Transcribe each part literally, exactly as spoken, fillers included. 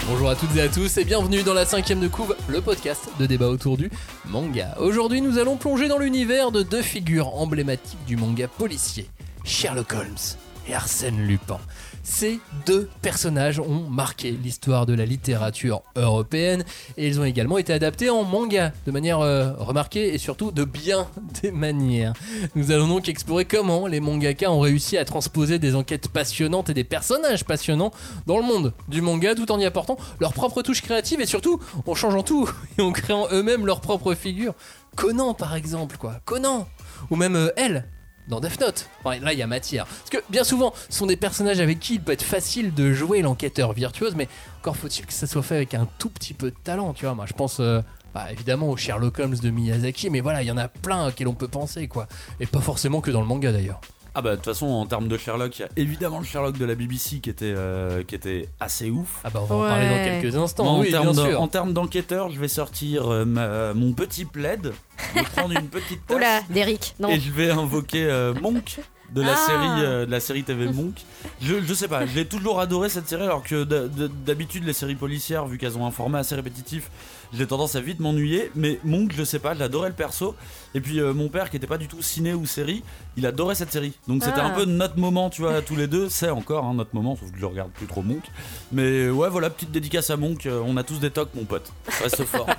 Bonjour à toutes et à tous et bienvenue dans la cinquième de couve, le podcast de débat autour du manga. Aujourd'hui nous allons plonger dans l'univers de deux figures emblématiques du manga policier, Sherlock Holmes et Arsène Lupin. Ces deux personnages ont marqué l'histoire de la littérature européenne et ils ont également été adaptés en manga de manière euh, remarquée et surtout de bien des manières. Nous allons donc explorer comment les mangaka ont réussi à transposer des enquêtes passionnantes et des personnages passionnants dans le monde du manga tout en y apportant leur propre touche créative et surtout en changeant tout et en créant eux-mêmes leur propre figure. Conan par exemple quoi, Conan ou même euh, elle dans Death Note. Enfin, là il y a matière. Parce que bien souvent ce sont des personnages avec qui il peut être facile de jouer l'enquêteur virtuose, mais encore faut-il que ça soit fait avec un tout petit peu de talent, tu vois. Moi je pense euh, bah, évidemment au Sherlock Holmes de Miyazaki, mais voilà, il y en a plein auxquels on peut penser quoi. Et pas forcément que dans le manga d'ailleurs. Ah bah de toute façon en termes de Sherlock, il y a évidemment le Sherlock de la B B C qui était, euh, qui était assez ouf. Ah bah on va ouais. en parler dans quelques instants. Moi, oui, en, termes bien de, sûr. en termes d'enquêteur, je vais sortir euh, ma, mon petit plaid, je vais prendre une petite tasse Oula, Derrick, non. et je vais invoquer euh, Monk de la Ah. série euh, de la série T V Monk. Je, je sais pas, j'ai toujours adoré cette série alors que d- d- d'habitude les séries policières, vu qu'elles ont un format assez répétitif, j'ai tendance à vite m'ennuyer. Mais Monk, je sais pas, j'adorais le perso. Et puis euh, mon père qui était pas du tout ciné ou série, il adorait cette série. Donc c'était Ah. un peu notre moment, tu vois, tous les deux. C'est encore hein, notre moment, sauf que je regarde plus trop Monk. Mais ouais, voilà, petite dédicace à Monk. Euh, on a tous des tocs, mon pote. Reste fort.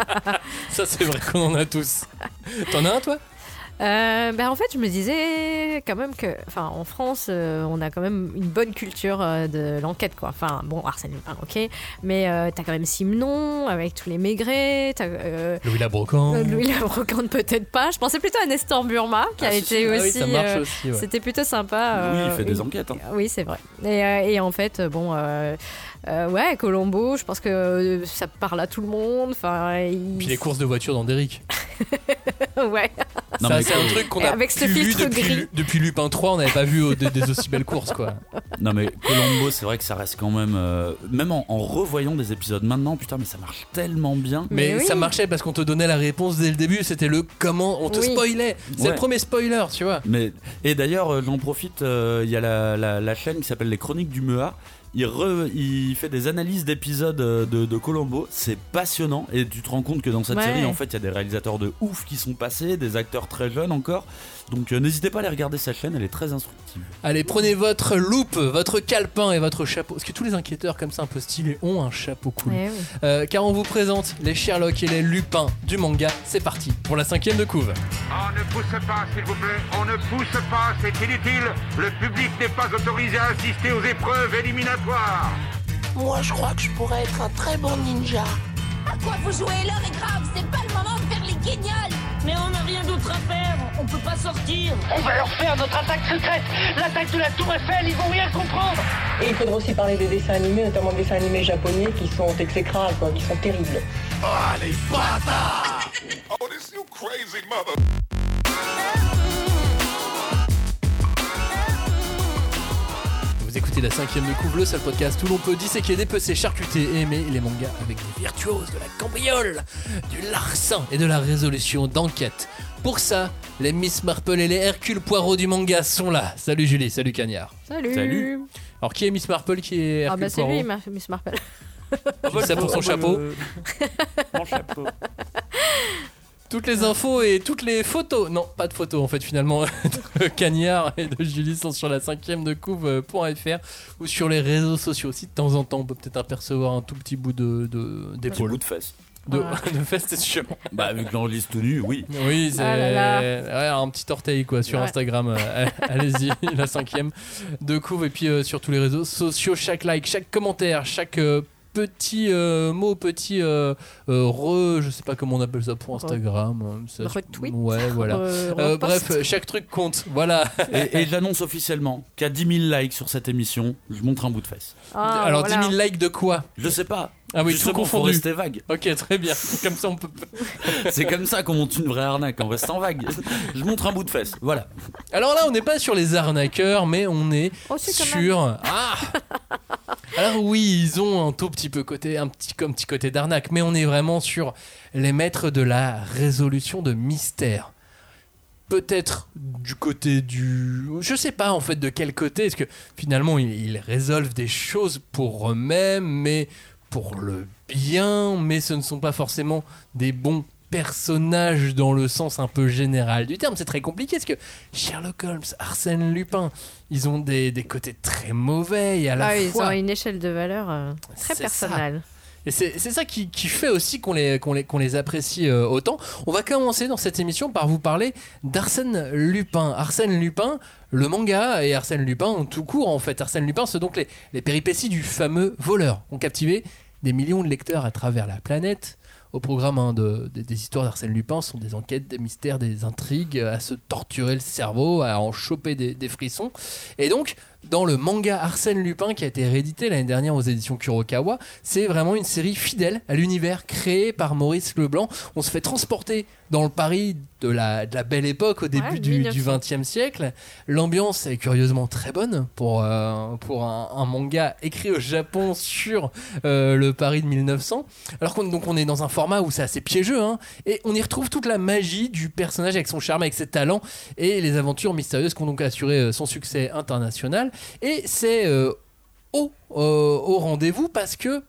Ça c'est vrai qu'on en a tous. T'en as un toi? Euh, ben en fait, je me disais quand même que, enfin, en France, euh, on a quand même une bonne culture euh, de l'enquête, quoi. Enfin, bon, Arsène Lupin, ok, mais euh, t'as quand même Simon avec tous les Maigret, t'as euh, Louis la Brocante. euh, Louis la Brocante, peut-être pas. Je pensais plutôt à Nestor Burma, qui Ah, a si, été si. Ah aussi. oui, ça marche euh, aussi. Ouais. C'était plutôt sympa. Oui, euh, il fait des et- enquêtes. Hein. Oui, c'est vrai. Et, euh, et en fait, bon, euh, euh, ouais, Colombo, je pense que euh, ça parle à tout le monde. Enfin, il... Puis les courses de voiture dans Derrick. ouais. Non, Ça mais c'est quoi- un truc qu'on Et a avec ce plus vu filtre depuis, gris. Lu- depuis Lupin trois, on n'avait pas vu euh, des, des aussi belles courses quoi. Non mais Colombo, c'est vrai que ça reste quand même, euh, même en, en revoyant des épisodes maintenant, putain mais ça marche tellement bien. Mais, Mais oui. ça marchait parce qu'on te donnait la réponse dès le début, c'était le comment, on te Oui. spoilait. C'est Ouais. le premier spoiler, tu vois. Mais et d'ailleurs euh, j'en profite, euh, il y a la, la, la chaîne qui s'appelle les Chroniques du Mea. Il, re, il fait des analyses d'épisodes euh, de, de Colombo, c'est passionnant et tu te rends compte que dans cette Ouais. série en fait il y a des réalisateurs de ouf qui sont passés, des acteurs très jeunes encore. Donc euh, n'hésitez pas à aller regarder sa chaîne, elle est très instructive. Allez, prenez votre loupe, votre calepin et votre chapeau. Parce que tous les enquêteurs comme ça un peu stylés ont un chapeau cool. Eh oui. Euh, car on vous présente les Sherlock et les Lupins du manga. C'est parti pour la cinquième de couve. On ne pousse pas, s'il vous plaît. On ne pousse pas, c'est inutile. Le public n'est pas autorisé à assister aux épreuves éliminatoires. Moi, je crois que je pourrais être un très bon ninja. À quoi vous jouez? L'heure est grave, c'est pas le moment de faire les guignols. Mais on n'a rien d'autre à faire, on peut pas sortir. On va leur faire notre attaque secrète, l'attaque de la Tour Eiffel, ils vont rien comprendre. Et il faudra aussi parler des dessins animés, notamment des dessins animés japonais qui sont exécrables, quoi, qui sont terribles. Ah, les bâtards! Oh, this you crazy mother. Vous écoutez la cinquième de couve, le seul podcast où l'on peut disséquer, dépecer, charcuter et aimer les mangas avec des virtuoses de la cambriole, du larcin et de la résolution d'enquête. Pour ça, les Miss Marple et les Hercule Poirot du manga sont là. Salut Julie, salut Cagnard. Salut. Salut. Alors qui est Miss Marple, qui est Hercule Ah bah c'est Poirot lui, Mar- Miss Marple. Je dis ça pour son chapeau. Le... Mon chapeau. Toutes les infos et toutes les photos, non pas de photos en fait finalement, de Cagnard et de Julie sont sur la cinquième de couve.fr ou sur les réseaux sociaux. Si de temps en temps on peut peut-être apercevoir un tout petit bout de, de, Petit d'épaule. bout de fesse. De, Voilà. de fesses, c'est sûr. Bah vu que l'enregistre tout nu, oui. Oui, c'est Ah là là. ouais, un petit orteil quoi sur Ouais. Instagram. euh, allez-y, la cinquième de couve et puis euh, sur tous les réseaux sociaux, chaque like, chaque commentaire, chaque euh, petit euh, mot, petit euh, euh, re, je sais pas comment on appelle ça pour Instagram. euh, ça- Retweet. Ouais, voilà. Euh, Euh, repost. bref, chaque truc compte. Voilà. Et, et j'annonce officiellement qu'à dix mille likes sur cette émission, je montre un bout de fesse. Ah, Alors voilà. dix mille likes de quoi? Je sais pas. Ah oui, Justement, tout faut confondu. rester vague. Ok, très bien. Comme ça, on peut. C'est comme ça qu'on monte une vraie arnaque, en restant vague. Je montre un bout de fesse, voilà. Alors là, on n'est pas sur les arnaqueurs, mais on est Oh, si, quand même. sur. Ah. Alors oui, ils ont un tout petit peu côté, un petit comme petit côté d'arnaque, mais on est vraiment sur les maîtres de la résolution de mystère. Peut-être du côté du... Je sais pas en fait de quel côté, parce que finalement ils, ils résolvent des choses pour eux-mêmes, mais pour le bien, mais ce ne sont pas forcément des bons personnages dans le sens un peu général du terme. C'est très compliqué parce que Sherlock Holmes, Arsène Lupin, ils ont des, des côtés très mauvais et à la ah, fois... Ils ont une échelle de valeur euh, très c'est personnelle. Ça. Et c'est, c'est ça qui, qui fait aussi qu'on les, qu'on les, qu'on les apprécie euh, autant. On va commencer dans cette émission par vous parler d'Arsène Lupin. Arsène Lupin, le manga, et Arsène Lupin tout court en fait. Arsène Lupin, c'est donc les, les péripéties du fameux voleur qui ont captivé des millions de lecteurs à travers la planète. Au programme hein, de, de, des histoires d'Arsène Lupin sont des enquêtes, des mystères, des intrigues, à se torturer le cerveau, à en choper des, des frissons. Et donc, dans le manga Arsène Lupin qui a été réédité l'année dernière aux éditions Kurokawa, c'est vraiment une série fidèle à l'univers créé par Maurice Leblanc. On se fait transporter dans le Paris de la, de la belle époque au début ouais, du, du vingtième siècle. L'ambiance est curieusement très bonne pour, euh, pour un, un manga écrit au Japon sur euh, le Paris de mille neuf cents. Alors qu'on donc on est dans un format où c'est assez piégeux hein, et on y retrouve toute la magie du personnage avec son charme, avec ses talents et les aventures mystérieuses qui ont donc assuré son succès international. Et c'est euh, au, euh, au rendez-vous parce que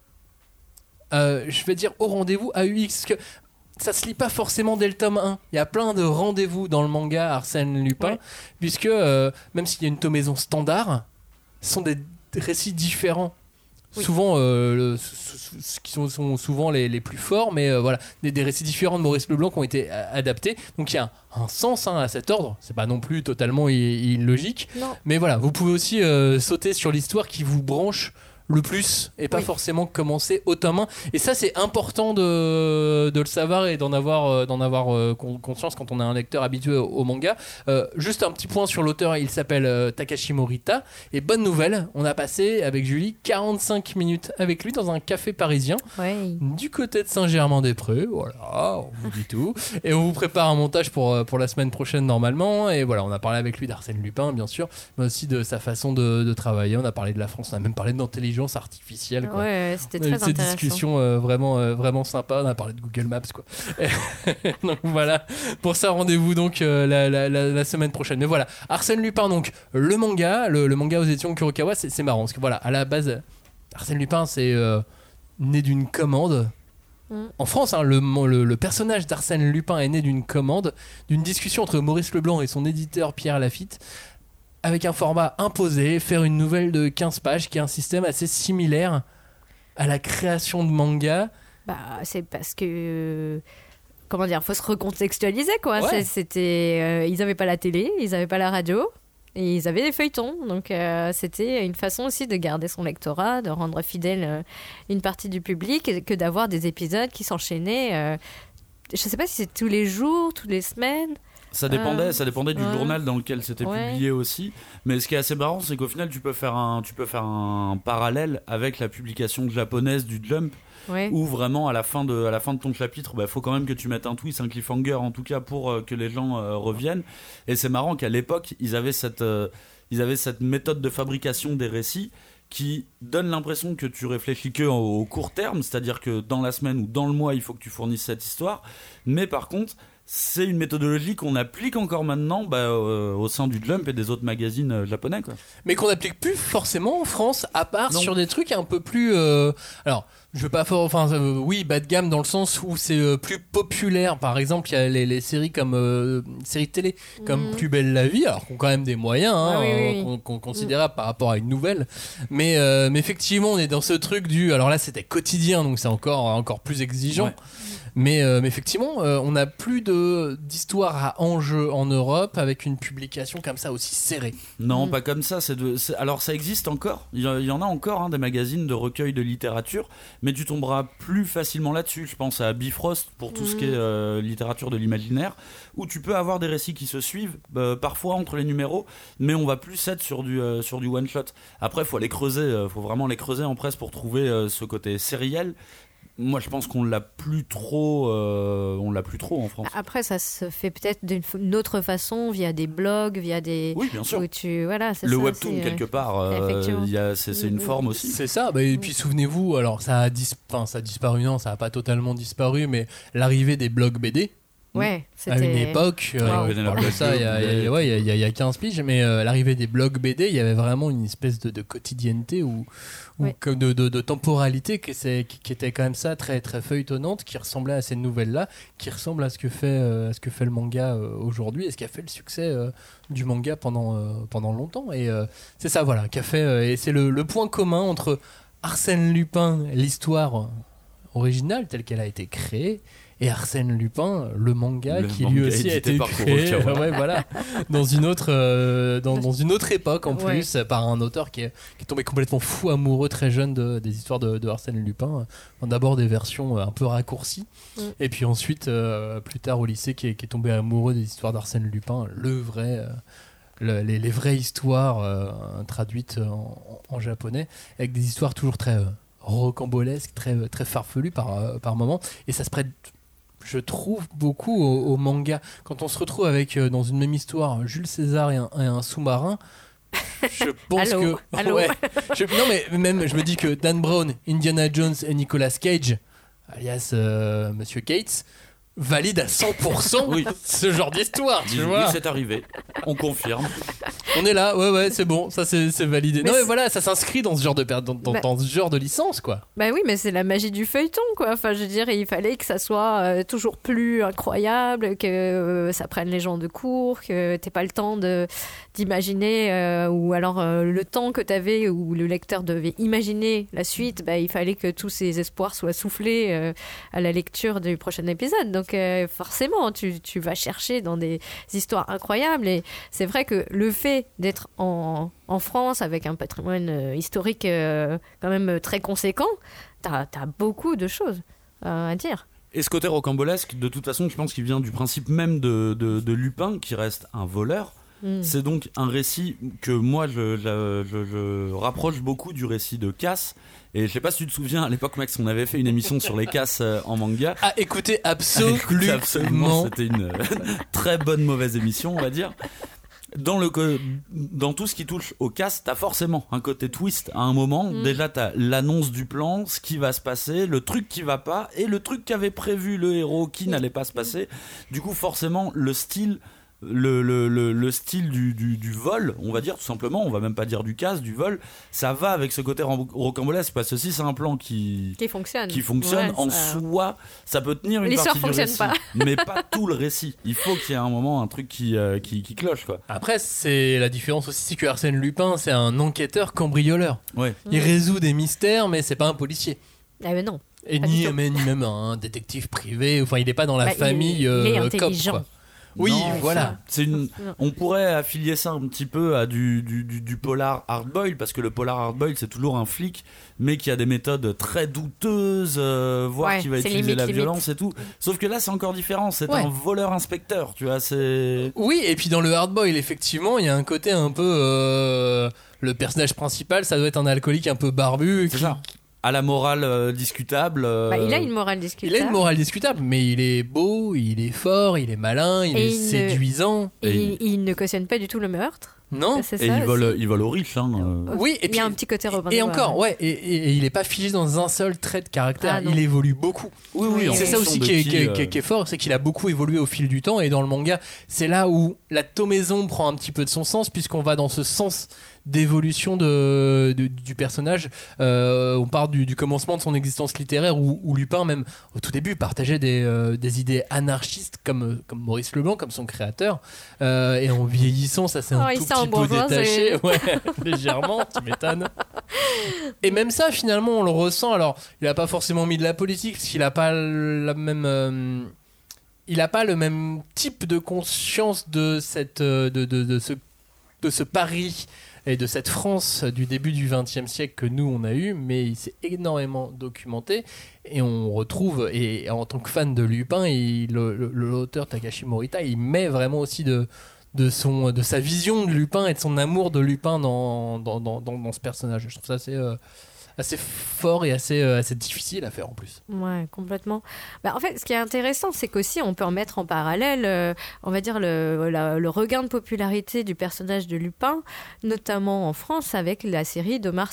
euh, je vais dire au rendez-vous A U X parce que ça se lit pas forcément dès le tome un. Il y a plein de rendez-vous dans le manga Arsène Lupin, ouais. puisque euh, même s'il y a une tomaison standard, ce sont des récits différents. Oui. Souvent, euh, le, ce, ce qui sont, sont souvent les, les plus forts, mais euh, voilà, des, des récits différents de Maurice Leblanc qui ont été a- adaptés. Donc il y a un, un sens hein, à cet ordre. C'est pas non plus totalement i- illogique, non. Mais voilà, vous pouvez aussi euh, sauter sur l'histoire qui vous branche le plus et pas oui. forcément commencer au tome un. Et ça, c'est important de, de le savoir et d'en avoir, d'en avoir euh, conscience quand on est un lecteur habitué au, au manga. Euh, juste un petit point sur l'auteur, il s'appelle euh, Takashi Morita. Et bonne nouvelle, on a passé avec Julie quarante-cinq minutes avec lui dans un café parisien oui. du côté de Saint-Germain-des-Prés. Voilà, on vous dit tout. Et on vous prépare un montage pour, pour la semaine prochaine normalement. Et voilà, on a parlé avec lui d'Arsène Lupin, bien sûr, mais aussi de sa façon de, de travailler. On a parlé de la France, on a même parlé d'intelligence artificielle quoi. Ouais, c'était très intéressant. Cette discussion euh, vraiment euh, vraiment sympa. On a parlé de Google Maps quoi. Donc voilà. Pour ça, rendez-vous donc euh, la, la, la, la semaine prochaine. Mais voilà, Arsène Lupin donc le manga, le, le manga aux éditions Kurokawa, c'est, c'est marrant parce que voilà, à la base, Arsène Lupin c'est euh, né d'une commande. Mm. En France, hein, le, le, le personnage d'Arsène Lupin est né d'une commande, d'une discussion entre Maurice Leblanc et son éditeur Pierre Lafitte. Avec un format imposé, faire une nouvelle de quinze pages qui est un système assez similaire à la création de manga. Bah, c'est parce que... Comment dire, faut se recontextualiser quoi. Ouais. C'est, c'était, euh, ils n'avaient pas la télé, ils n'avaient pas la radio, et ils avaient des feuilletons. Donc euh, c'était une façon aussi de garder son lectorat, de rendre fidèle euh, une partie du public, et que d'avoir des épisodes qui s'enchaînaient. Euh, je ne sais pas si c'est tous les jours, toutes les semaines... Ça dépendait, euh, ça dépendait du ouais. journal dans lequel c'était ouais. publié aussi. Mais ce qui est assez marrant, c'est qu'au final, tu peux faire un, tu peux faire un parallèle avec la publication japonaise du Jump, ouais. où vraiment à la fin de, à la fin de ton chapitre, bah, faut quand même que tu mettes un twist, un cliffhanger en tout cas pour euh, que les gens euh, reviennent. Et c'est marrant qu'à l'époque, ils avaient cette, euh, ils avaient cette méthode de fabrication des récits qui donne l'impression que tu réfléchis que au court terme, c'est-à-dire que dans la semaine ou dans le mois, il faut que tu fournisses cette histoire. Mais par contre, c'est une méthodologie qu'on applique encore maintenant bah, euh, au sein du Jump et des autres magazines euh, japonais quoi. Mais qu'on n'applique plus forcément en France, à part non. sur des trucs un peu plus euh, alors je veux pas faire enfin euh, oui bas de gamme dans le sens où c'est euh, plus populaire. Par exemple il y a les, les séries comme euh, séries de télé comme mmh. Plus belle la vie, alors qu'on a quand même des moyens hein, ah, oui, oui. qu'on, qu'on considérable mmh. par rapport à une nouvelle, mais, euh, mais effectivement on est dans ce truc du alors là c'était quotidien donc c'est encore, encore plus exigeant ouais. Mais, euh, mais effectivement, euh, on n'a plus de, d'histoire à enjeu en Europe avec une publication comme ça aussi serrée. Non, mmh. pas comme ça. C'est de, c'est, alors ça existe encore. Il y, il y en a encore hein, des magazines de recueil de littérature, mais tu tomberas plus facilement là-dessus. Je pense à Bifrost pour tout mmh. ce qui est euh, littérature de l'imaginaire, où tu peux avoir des récits qui se suivent, euh, parfois entre les numéros, mais on va plus être sur du, euh, sur du one-shot. Après, il faut les creuser. Il euh, faut vraiment les creuser en presse pour trouver euh, ce côté sériel. Moi, je pense qu'on l'a plus trop, euh, on l'a plus trop en France. Après, ça se fait peut-être d'une autre façon, via des blogs, via des. Oui, bien sûr. Où tu, voilà, c'est le ça, webtoon c'est... quelque part, euh, y a, c'est, c'est une forme aussi. C'est ça. Bah, et puis souvenez-vous, alors ça a, dis... enfin, ça a disparu, non, ça a pas totalement disparu, mais l'arrivée des blogs B D. Ouais, à une époque, euh, Wow. on parle de ça il y a, il y a- ouais, il y a- il y a- il y a quinze piges, mais euh, à l'arrivée des blogs B D, il y avait vraiment une espèce de, de quotidienneté ou, ou Ouais. que de, de, de temporalité qui, c'est- qui, qui était quand même ça, très, très feuilletonnante, qui ressemblait à ces nouvelles-là, qui ressemble à ce que fait, euh, à ce que fait le manga euh, aujourd'hui et ce qui a fait le succès euh, du manga pendant, euh, pendant longtemps. Et euh, c'est ça, voilà, qui a fait, euh, et c'est le, le point commun entre Arsène Lupin, l'histoire originale telle qu'elle a été créée, et Arsène Lupin, le manga Le qui manga lui aussi a édité été par créé Kurokawa. ouais, voilà, dans, une autre, euh, dans, dans une autre époque en Ouais. plus, par un auteur qui est, qui est tombé complètement fou amoureux très jeune de, des histoires de, de Arsène Lupin. Enfin, d'abord des versions un peu raccourcies, Mm. et puis ensuite, euh, plus tard au lycée, qui est, qui est tombé amoureux des histoires d'Arsène Lupin, le vrai... euh, le- les, les vraies histoires euh, traduites en, en japonais, avec des histoires toujours très euh, rocambolesques, très, très farfelues par, euh, par moments. Et ça se prête, je trouve, beaucoup au, au manga. Quand on se retrouve avec, euh, dans une même histoire, Jules César et un, et un sous-marin, je pense Allô, que... allô. ouais, je- non mais même, je me dis que Dan Brown, Indiana Jones et Nicolas Cage, alias euh, Monsieur Cates, valide à cent pour cent Oui. ce genre d'histoire, tu Oui, vois. c'est arrivé. On confirme. On est là, ouais, ouais, c'est bon, ça c'est, c'est validé. Mais non, mais c'est- voilà, ça s'inscrit dans ce genre de, per- dans, dans- Bah- dans ce genre de licence, quoi. Bah oui, mais c'est la magie du feuilleton, quoi. Enfin, je veux dire, il fallait que ça soit euh, toujours plus incroyable, que euh, ça prenne les gens de court, que t'aies pas le temps de d'imaginer, euh, ou alors euh, le temps que t'avais où le lecteur devait imaginer la suite, bah il fallait que tous ces espoirs soient soufflés euh, à la lecture du prochain épisode. Donc euh, forcément, tu, tu vas chercher dans des histoires incroyables. Et c'est vrai que le fait d'être en, en France avec un patrimoine euh, historique euh, quand même très conséquent, t'as as beaucoup de choses euh, à dire. Et ce côté rocambolesque, de toute façon, je pense qu'il vient du principe même de, de, de Lupin, qui reste un voleur. Mm. C'est donc un récit que moi, je, je, je- je rapproche beaucoup du récit de Cass. Et je sais pas si tu te souviens, à l'époque, Max, on avait fait une émission sur les Cass euh, en manga. Ah, écoutez, Absolument, absolument. c'était une euh, très bonne mauvaise émission, on va dire. Dans, le, co- dans tout ce qui touche au cast, t'as forcément un côté twist à un moment. Mm. Déjà, t'as l'annonce du plan, ce qui va se passer, le truc qui va pas, et le truc qu'avait prévu le héros qui n'allait pas se passer. Du coup, forcément, le style... Le, le, le, le style du, du, du vol, on va dire tout simplement, on va même pas dire du casse, du vol, ça va avec ce côté ro- rocambolesque, parce que si c'est un plan qui, Qui fonctionne. qui fonctionne Ouais, en ça- soi, ça peut tenir une L'histoire partie du fonctionne récit, pas. mais pas tout le récit. Il faut qu'il y ait un moment un truc qui, euh, qui, qui cloche, quoi. Après, c'est la différence aussi, c'est que Arsène Lupin, c'est un enquêteur cambrioleur. Ouais. Il résout des mystères, mais c'est pas un policier. Ah mais non. Et Pas ni, du tout. mais ni même un détective privé. Enfin, il est pas dans la Bah, il est- famille il est euh, cop, intelligent. quoi. Oui, Non, voilà. C'est une... Non. On pourrait affilier ça un petit peu à du, du, du, du polar hardboil, parce que le polar hardboil, c'est toujours un flic, mais qui a des méthodes très douteuses, euh, voire Ouais, qui va c'est utiliser limite, la limite. violence et tout. Sauf que là, c'est encore différent. C'est Ouais. un voleur-inspecteur, tu vois. C'est. Oui, et puis dans le hardboil, effectivement, il y a un côté un peu. euh, le personnage principal, ça doit être un alcoolique un peu barbu. C'est qui- ça. À la morale euh, discutable. euh, Bah, il a une morale Il discutable. a une morale discutable, mais il est beau, il est fort, il est malin, il Et est il ne- séduisant. Et Et- il, il ne cautionne pas du tout le meurtre. Non C'est Et ça il vole, aussi. il vole aux riches. Hein, euh. Oui, et Il puis. y a un petit côté Robin Et des encore, Bois. ouais, et, et- et il est pas figé dans un seul trait de caractère, Ah, non. il évolue beaucoup. Oui, oui, en C'est ça fonction aussi de qui est, qui, qui est- euh, qui est- qui est fort, c'est qu'il a beaucoup évolué au fil du temps, et dans le manga, c'est là où la tomaison prend un petit peu de son sens, puisqu'on va dans ce sens d'évolution de, de- du personnage. Euh, on part du, du commencement de son existence littéraire, où, où Lupin, même au tout début, partageait des, euh, des idées anarchistes, comme, comme Maurice Leblanc, comme son créateur. Euh, et en vieillissant, ça s'est Oh, un il tout s'est petit peu embourgeoisé. détaché. Ouais, légèrement, tu m'étonnes. Et même ça, finalement, on le ressent. Alors, il a pas forcément mis de la politique, parce qu'il a pas la même. euh, il a pas le même type de conscience de cette, euh, de, de, de ce, de ce Paris et de cette France du début du vingtième siècle que nous on a eu, mais il s'est énormément documenté et on retrouve, et en tant que fan de Lupin, il, le- le- l'auteur Takashi Morita, il met vraiment aussi de de son de sa vision de Lupin et de son amour de Lupin dans dans, dans, dans, dans ce personnage. Je trouve ça assez euh, assez fort et assez euh, assez difficile à faire en plus. Ouais, complètement. Bah, en fait, ce qui est intéressant, c'est qu'aussi on peut en mettre en parallèle, euh, on va dire, le, la- le regain de popularité du personnage de Lupin, notamment en France avec la série d'Omar Sy.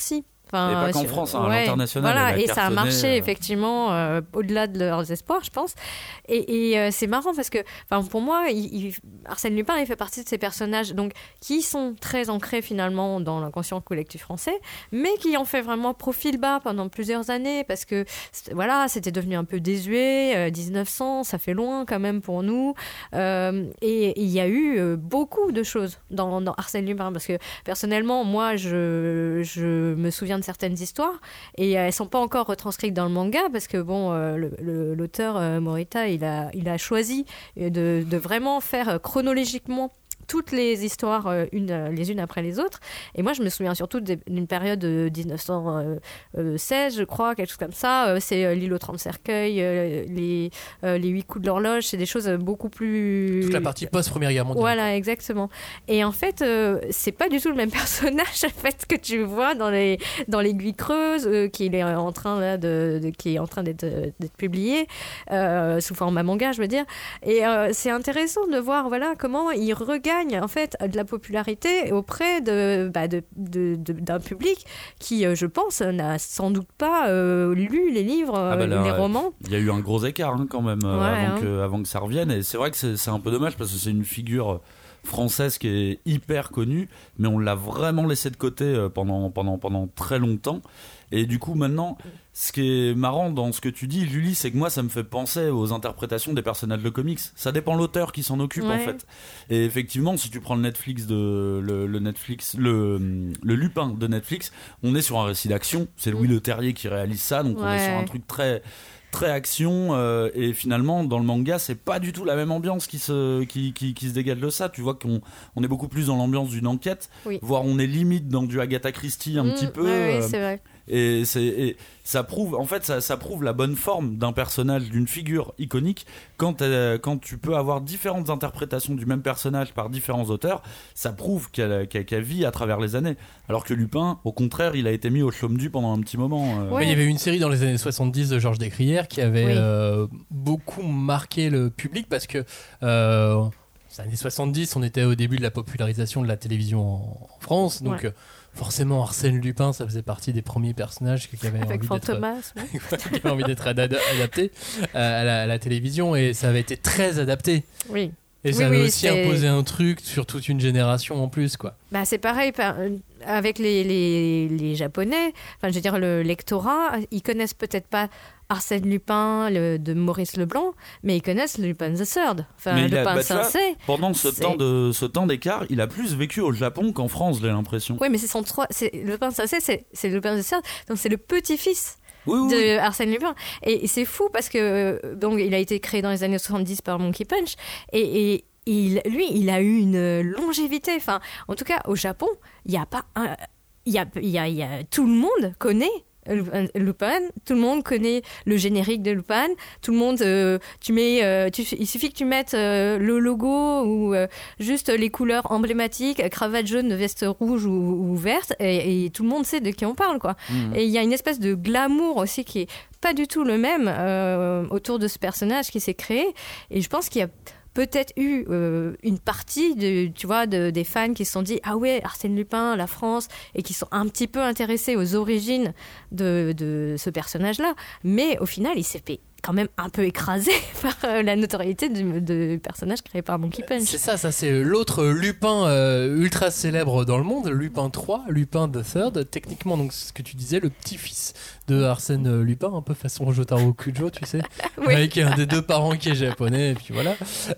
Enfin, et pas qu'en sur- France, hein, à ouais, l'international. Voilà, elle a et ça a cartonné, marché euh, effectivement euh, au-delà de leurs espoirs, je pense. Et, et euh, c'est marrant parce que, enfin, pour moi, il, il- Arsène Lupin, il fait partie de ces personnages donc qui sont très ancrés finalement dans l'inconscient collectif français, mais qui ont fait vraiment profil bas pendant plusieurs années parce que c'était- voilà, c'était devenu un peu désuet. euh, dix-neuf cents, ça fait loin quand même pour nous. Euh, et il y a eu euh, beaucoup de choses dans, dans Arsène Lupin parce que personnellement, moi, je, je me souviens de certaines histoires et elles sont pas encore retranscrites dans le manga parce que bon, euh, le- le- l'auteur euh, Morita, il a, il a choisi de, de vraiment faire euh, chronologiquement toutes les histoires euh, une, euh, les unes après les autres. Et moi, je me souviens surtout des- d'une période de dix-neuf cent seize, je crois, quelque chose comme ça. Euh, c'est euh, l'île aux trente cercueils, euh, les, euh, les huit coups de l'horloge, c'est des choses beaucoup plus... Toute la partie post-première guerre mondiale. Voilà, exactement. Et en fait, euh, c'est pas du tout le même personnage en fait, que tu vois dans les dans l'aiguille creuse, euh, qui est en train là, de, de- qui est en train d'être d'être publié euh, sous format manga, je veux dire. Et euh, c'est intéressant de voir voilà comment il regagne en fait de la popularité auprès de bah, de, de- de- d'un public qui, euh, je pense, n'a sans doute pas euh, lu les livres, Ah bah euh, là, les ouais. romans. Il y a eu un gros écart hein, quand même euh, Ouais, avant, hein. que, avant que ça revienne. Et c'est vrai que c'est, c'est un peu dommage parce que c'est une figure française qui est hyper connue, mais on l'a vraiment laissé de côté euh, pendant, pendant, pendant très longtemps. Et du coup, maintenant, ce qui est marrant dans ce que tu dis, Julie, c'est que moi, ça me fait penser aux interprétations des personnages de comics. Ça dépend de l'auteur qui s'en occupe, Ouais. en fait. Et effectivement, si tu prends le Netflix de le, le Netflix, le, le Lupin de Netflix, on est sur un récit d'action. C'est Louis Leterrier qui réalise ça, donc on est Ouais. sur un truc très très action euh, et finalement dans le manga c'est pas du tout la même ambiance qui se qui, qui, qui se dégage de ça. Tu vois qu'on on est beaucoup plus dans l'ambiance d'une enquête, Oui. voire on est limite dans du Agatha Christie un Mmh, petit peu. ouais, ouais, euh, c'est vrai. et c'est et ça prouve en fait ça, ça prouve la bonne forme d'un personnage, d'une figure iconique quand euh, quand tu peux avoir différentes interprétations du même personnage par différents auteurs. Ça prouve qu'elle, qu'elle, qu'elle vit à travers les années, alors que Lupin au contraire il a été mis au chaume-du pendant un petit moment euh. Ouais. Mais il y avait une série dans les années soixante-dix de Georges Descrières qui avait Oui. euh, beaucoup marqué le public parce que euh, les années soixante-dix, on était au début de la popularisation de la télévision en, en France, donc Ouais. euh, forcément Arsène Lupin, ça faisait partie des premiers personnages qui, qui avaient Avec envie d'être, Fantomas. ouais. qui avaient envie d'être ada- adaptés euh, à, la, à la télévision, et ça avait été très adapté. Oui. Et ça Oui, avait oui, aussi c'est- imposé un truc sur toute une génération en plus, quoi. Bah, c'est pareil par- euh, avec les, les, les Japonais. Enfin, je veux dire, le lectorat, ils connaissent peut-être pas Arsène Lupin le, de Maurice Leblanc, mais ils connaissent Lupin the Third. Enfin, Mais il a- Lupin bah, tu vois, Sensei. pendant ce C'est- temps de ce temps d'écart, il a plus vécu au Japon qu'en France, j'ai l'impression. Oui, mais c'est son trois. C'est Lupin Sensei, c'est c'est Lupin the Third. Donc c'est le petit-fils Oui, oui, oui. de Arsène Lupin. Et, et c'est fou parce que euh, donc il a été créé dans les années soixante-dix par Monkey Punch et, et il, lui, il a eu une longévité. Enfin, en tout cas, au Japon, il y a pas un, il y a, il y a, il y a tout le monde connaît Lupin, Lupin, tout le monde connaît le générique de Lupin, tout le monde, euh, tu mets, euh, tu, il suffit que tu mettes euh, le logo ou euh, juste les couleurs emblématiques, cravate jaune, veste rouge ou, ou verte, et, et tout le monde sait de qui on parle, quoi. Mmh. Et il y a une espèce de glamour aussi qui est pas du tout le même euh, autour de ce personnage qui s'est créé, et je pense qu'il y a peut-être eu euh, une partie de, tu vois, de, des fans qui se sont dit ah ouais, Arsène Lupin, la France, et qui sont un petit peu intéressés aux origines de, de ce personnage-là, mais au final il s'est fait quand même un peu écrasé par euh, la notoriété du, du personnage créé par Monkey Punch. C'est ça, ça c'est l'autre Lupin euh, ultra célèbre dans le monde, Lupin trois, Lupin the Third, techniquement donc ce que tu disais, le petit-fils de Arsène Lupin, un peu façon Jotaro Kujo, tu sais, Oui. avec un des deux parents qui est japonais, et puis voilà.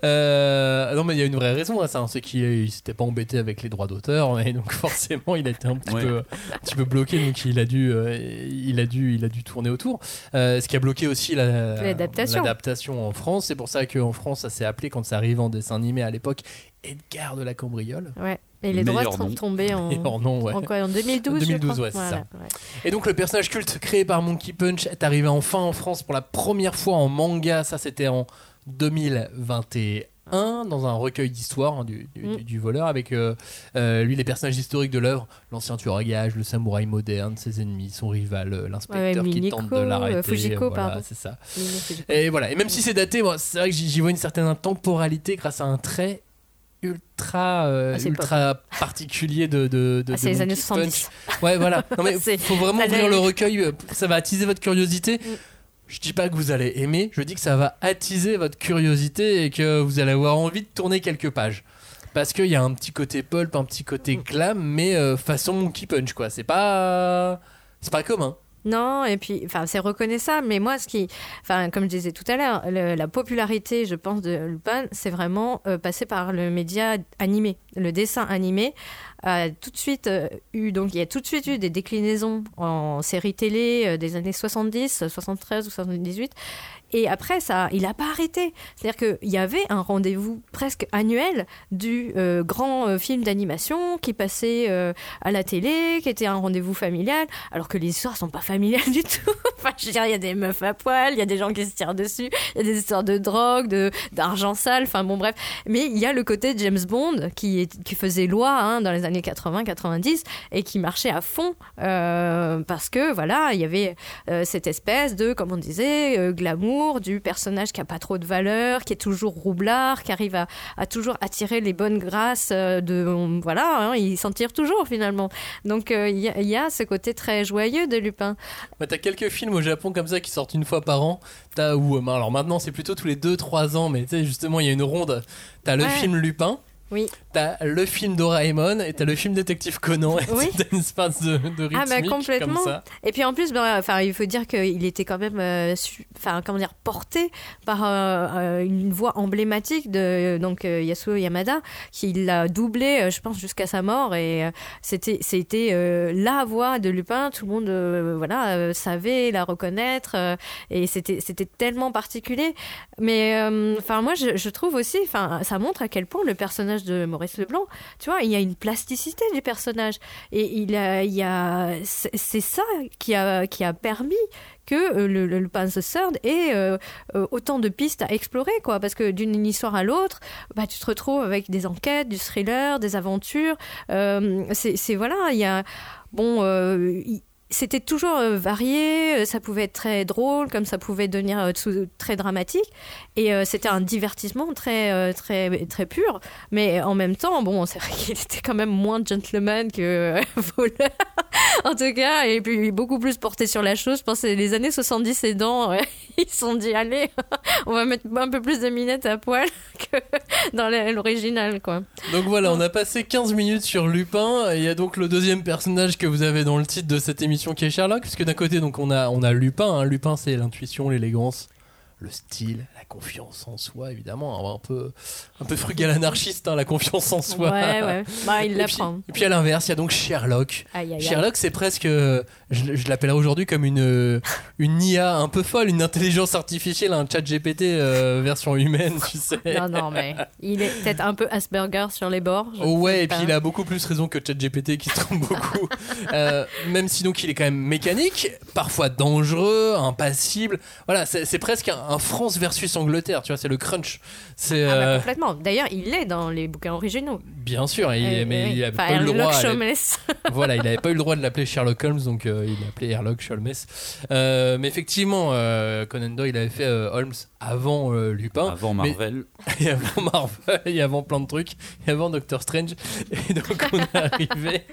Euh, non mais il y a une vraie raison à ça, hein, c'est qu'il il s'était pas embêté avec les droits d'auteur, et donc forcément il a été un petit, Ouais. peu, un petit peu bloqué, donc il a dû, euh, il a dû, il a dû tourner autour. Euh, ce qui a bloqué aussi la, L'adaptation. l'adaptation en France, c'est pour ça qu'en France ça s'est appelé, quand ça arrive en dessin animé à l'époque, Edgar de la Cambriole. Ouais. Et les droits Meilleur sont nom. tombés en, Meilleur nom, ouais. en quoi, en deux mille douze, deux mille douze, je crois. ouais, c'est Voilà, ça. ouais. Et donc le personnage culte créé par Monkey Punch est arrivé enfin en France pour la première fois en manga, ça c'était en deux mille vingt et un, dans un recueil d'histoires, hein, du, du, Mm. du- du voleur, avec euh, euh, lui les personnages historiques de l'œuvre, l'ancien tueur à gages, le samouraï moderne, ses ennemis, son rival, euh, l'inspecteur Ouais, qui Miniko, tente de l'arrêter. euh, Fujiko, voilà, pardon. c'est ça. Mini Fujiko. Et voilà, et même si c'est daté, moi, c'est vrai que j'y j'y vois une certaine intemporalité grâce à un trait ultra, euh, Ah, c'est ultra particulier de, de, de, Ah, de c'est les Monkey années Punch. soixante-dix. Ouais, voilà. Non, mais C'est- faut vraiment ça ouvrir allait- le recueil. euh, Ça va attiser votre curiosité. Mm. Je dis pas que vous allez aimer, je dis que ça va attiser votre curiosité et que vous allez avoir envie de tourner quelques pages. Parce qu'il y a un petit côté pulp, un petit côté glam, mais euh, façon Monkey Punch, quoi. C'est pas, c'est pas commun. Non, et puis, enfin, c'est reconnaissable, mais moi, ce qui, enfin, comme je disais tout à l'heure, le- la popularité, je pense, de Lupin, c'est vraiment euh, passé par le média animé, le dessin animé. A tout de suite euh, eu, donc il y a tout de suite eu des déclinaisons en séries télé euh, des années soixante-dix, soixante-treize ou soixante-dix-huit. Et après, ça, il n'a pas arrêté. C'est-à-dire qu'il y avait un rendez-vous presque annuel du euh, grand euh, film d'animation qui passait euh, à la télé, qui était un rendez-vous familial, alors que les histoires sont pas familiales du tout. Enfin, je veux dire, il y a des meufs à poil, il y a des gens qui se tirent dessus, il y a des histoires de drogue, de, d'argent sale, enfin bon, bref. Mais il y a le côté James Bond qui, est, qui faisait loi hein, dans les années quatre-vingts quatre-vingt-dix et qui marchait à fond euh, parce que, voilà, il y avait euh, cette espèce de, comme on disait, euh, glamour du personnage qui a pas trop de valeur, qui est toujours roublard, qui arrive à, à toujours attirer les bonnes grâces euh, de voilà, hein, il s'en tire toujours finalement. Donc il euh, y, y a ce côté très joyeux de Lupin. Bah, t'as quelques films au Japon comme ça qui sortent une fois par an. T'as où euh, alors maintenant c'est plutôt tous les deux trois ans, mais tu sais justement il y a une ronde. T'as le Ouais. film Lupin. Oui. T'as le film Doraemon et t'as le film Détective Conan. Et Oui. t'as une espèce de, de rythmique Ah bah complètement. comme ça. Et puis en plus, ben, enfin, il faut dire qu'il était quand même, euh, su- enfin comment dire, porté par euh, euh, une voix emblématique de donc euh, Yasuo Yamada, qui l'a doublé, euh, je pense, jusqu'à sa mort. Et euh, c'était, c'était euh, la voix de Lupin. Tout le monde, euh, voilà, euh, savait la reconnaître. euh, et c'était, c'était tellement particulier. Mais euh, enfin, moi, je, je trouve aussi, enfin, ça montre à quel point le personnage de Maurice Leblanc, tu vois, il y a une plasticité du personnage. Et il a, il y a, c'est c'est ça qui a, qui a permis que euh, le, le Lupin the Third ait euh, euh, autant de pistes à explorer, quoi. Parce que d'une histoire à l'autre, bah, tu te retrouves avec des enquêtes, du thriller, des aventures. Euh, c'est, c'est voilà, il y a, bon, euh, il- c'était toujours euh, varié, euh, ça pouvait être très drôle, comme ça pouvait devenir euh, tout- très dramatique, et euh, c'était un divertissement très, euh, très, très pur, mais en même temps, bon, c'est vrai qu'il était quand même moins gentleman que euh, voleur, en tout cas, et puis beaucoup plus porté sur la chose. Je pense que les années soixante-dix aidant, ouais, ils se sont dit, allez, on va mettre un peu plus de minettes à poil que dans la- l'original, quoi. Donc voilà, on a passé quinze minutes sur Lupin. Et il y a donc le deuxième personnage que vous avez dans le titre de cette émission qui est Sherlock, puisque d'un côté donc on a on a Lupin. Hein. Lupin, c'est l'intuition, l'élégance, le style, la confiance en soi, évidemment, un peu un peu frugal anarchiste, hein, la confiance en soi. Ouais, ouais. Bah, il Et puis, l'apprend. et puis à l'inverse, il y a donc Sherlock. Aïe, aïe, aïe. Sherlock, c'est presque, euh, je, je l'appellerais aujourd'hui comme une une I A un peu folle, une intelligence artificielle, un chat G P T euh, version humaine, tu sais. Non, non, mais il est peut-être un peu Asperger sur les bords. je Oh ouais, sais et pas. puis il a beaucoup plus raison que ChatGPT qui se trompe beaucoup. Euh, même si donc il est quand même mécanique, parfois dangereux, impassible. Voilà, c'est c'est presque un, un France versus Angleterre, tu vois, c'est le crunch. C'est Ah bah, euh, complètement. D'ailleurs, il est dans les bouquins originaux. bien sûr, il- Euh, mais oui. il avait Enfin, pas eu le droit. Sherlock à la- Holmes. voilà, il avait pas eu le droit de l'appeler Sherlock Holmes, donc euh, il l'a appelé Sherlock Holmes. Euh, mais effectivement, euh, Conan Doyle avait fait euh, Holmes avant euh, Lupin. Avant Mais- Marvel. et avant Marvel, et avant plein de trucs, et avant Doctor Strange. Et donc on est arrivé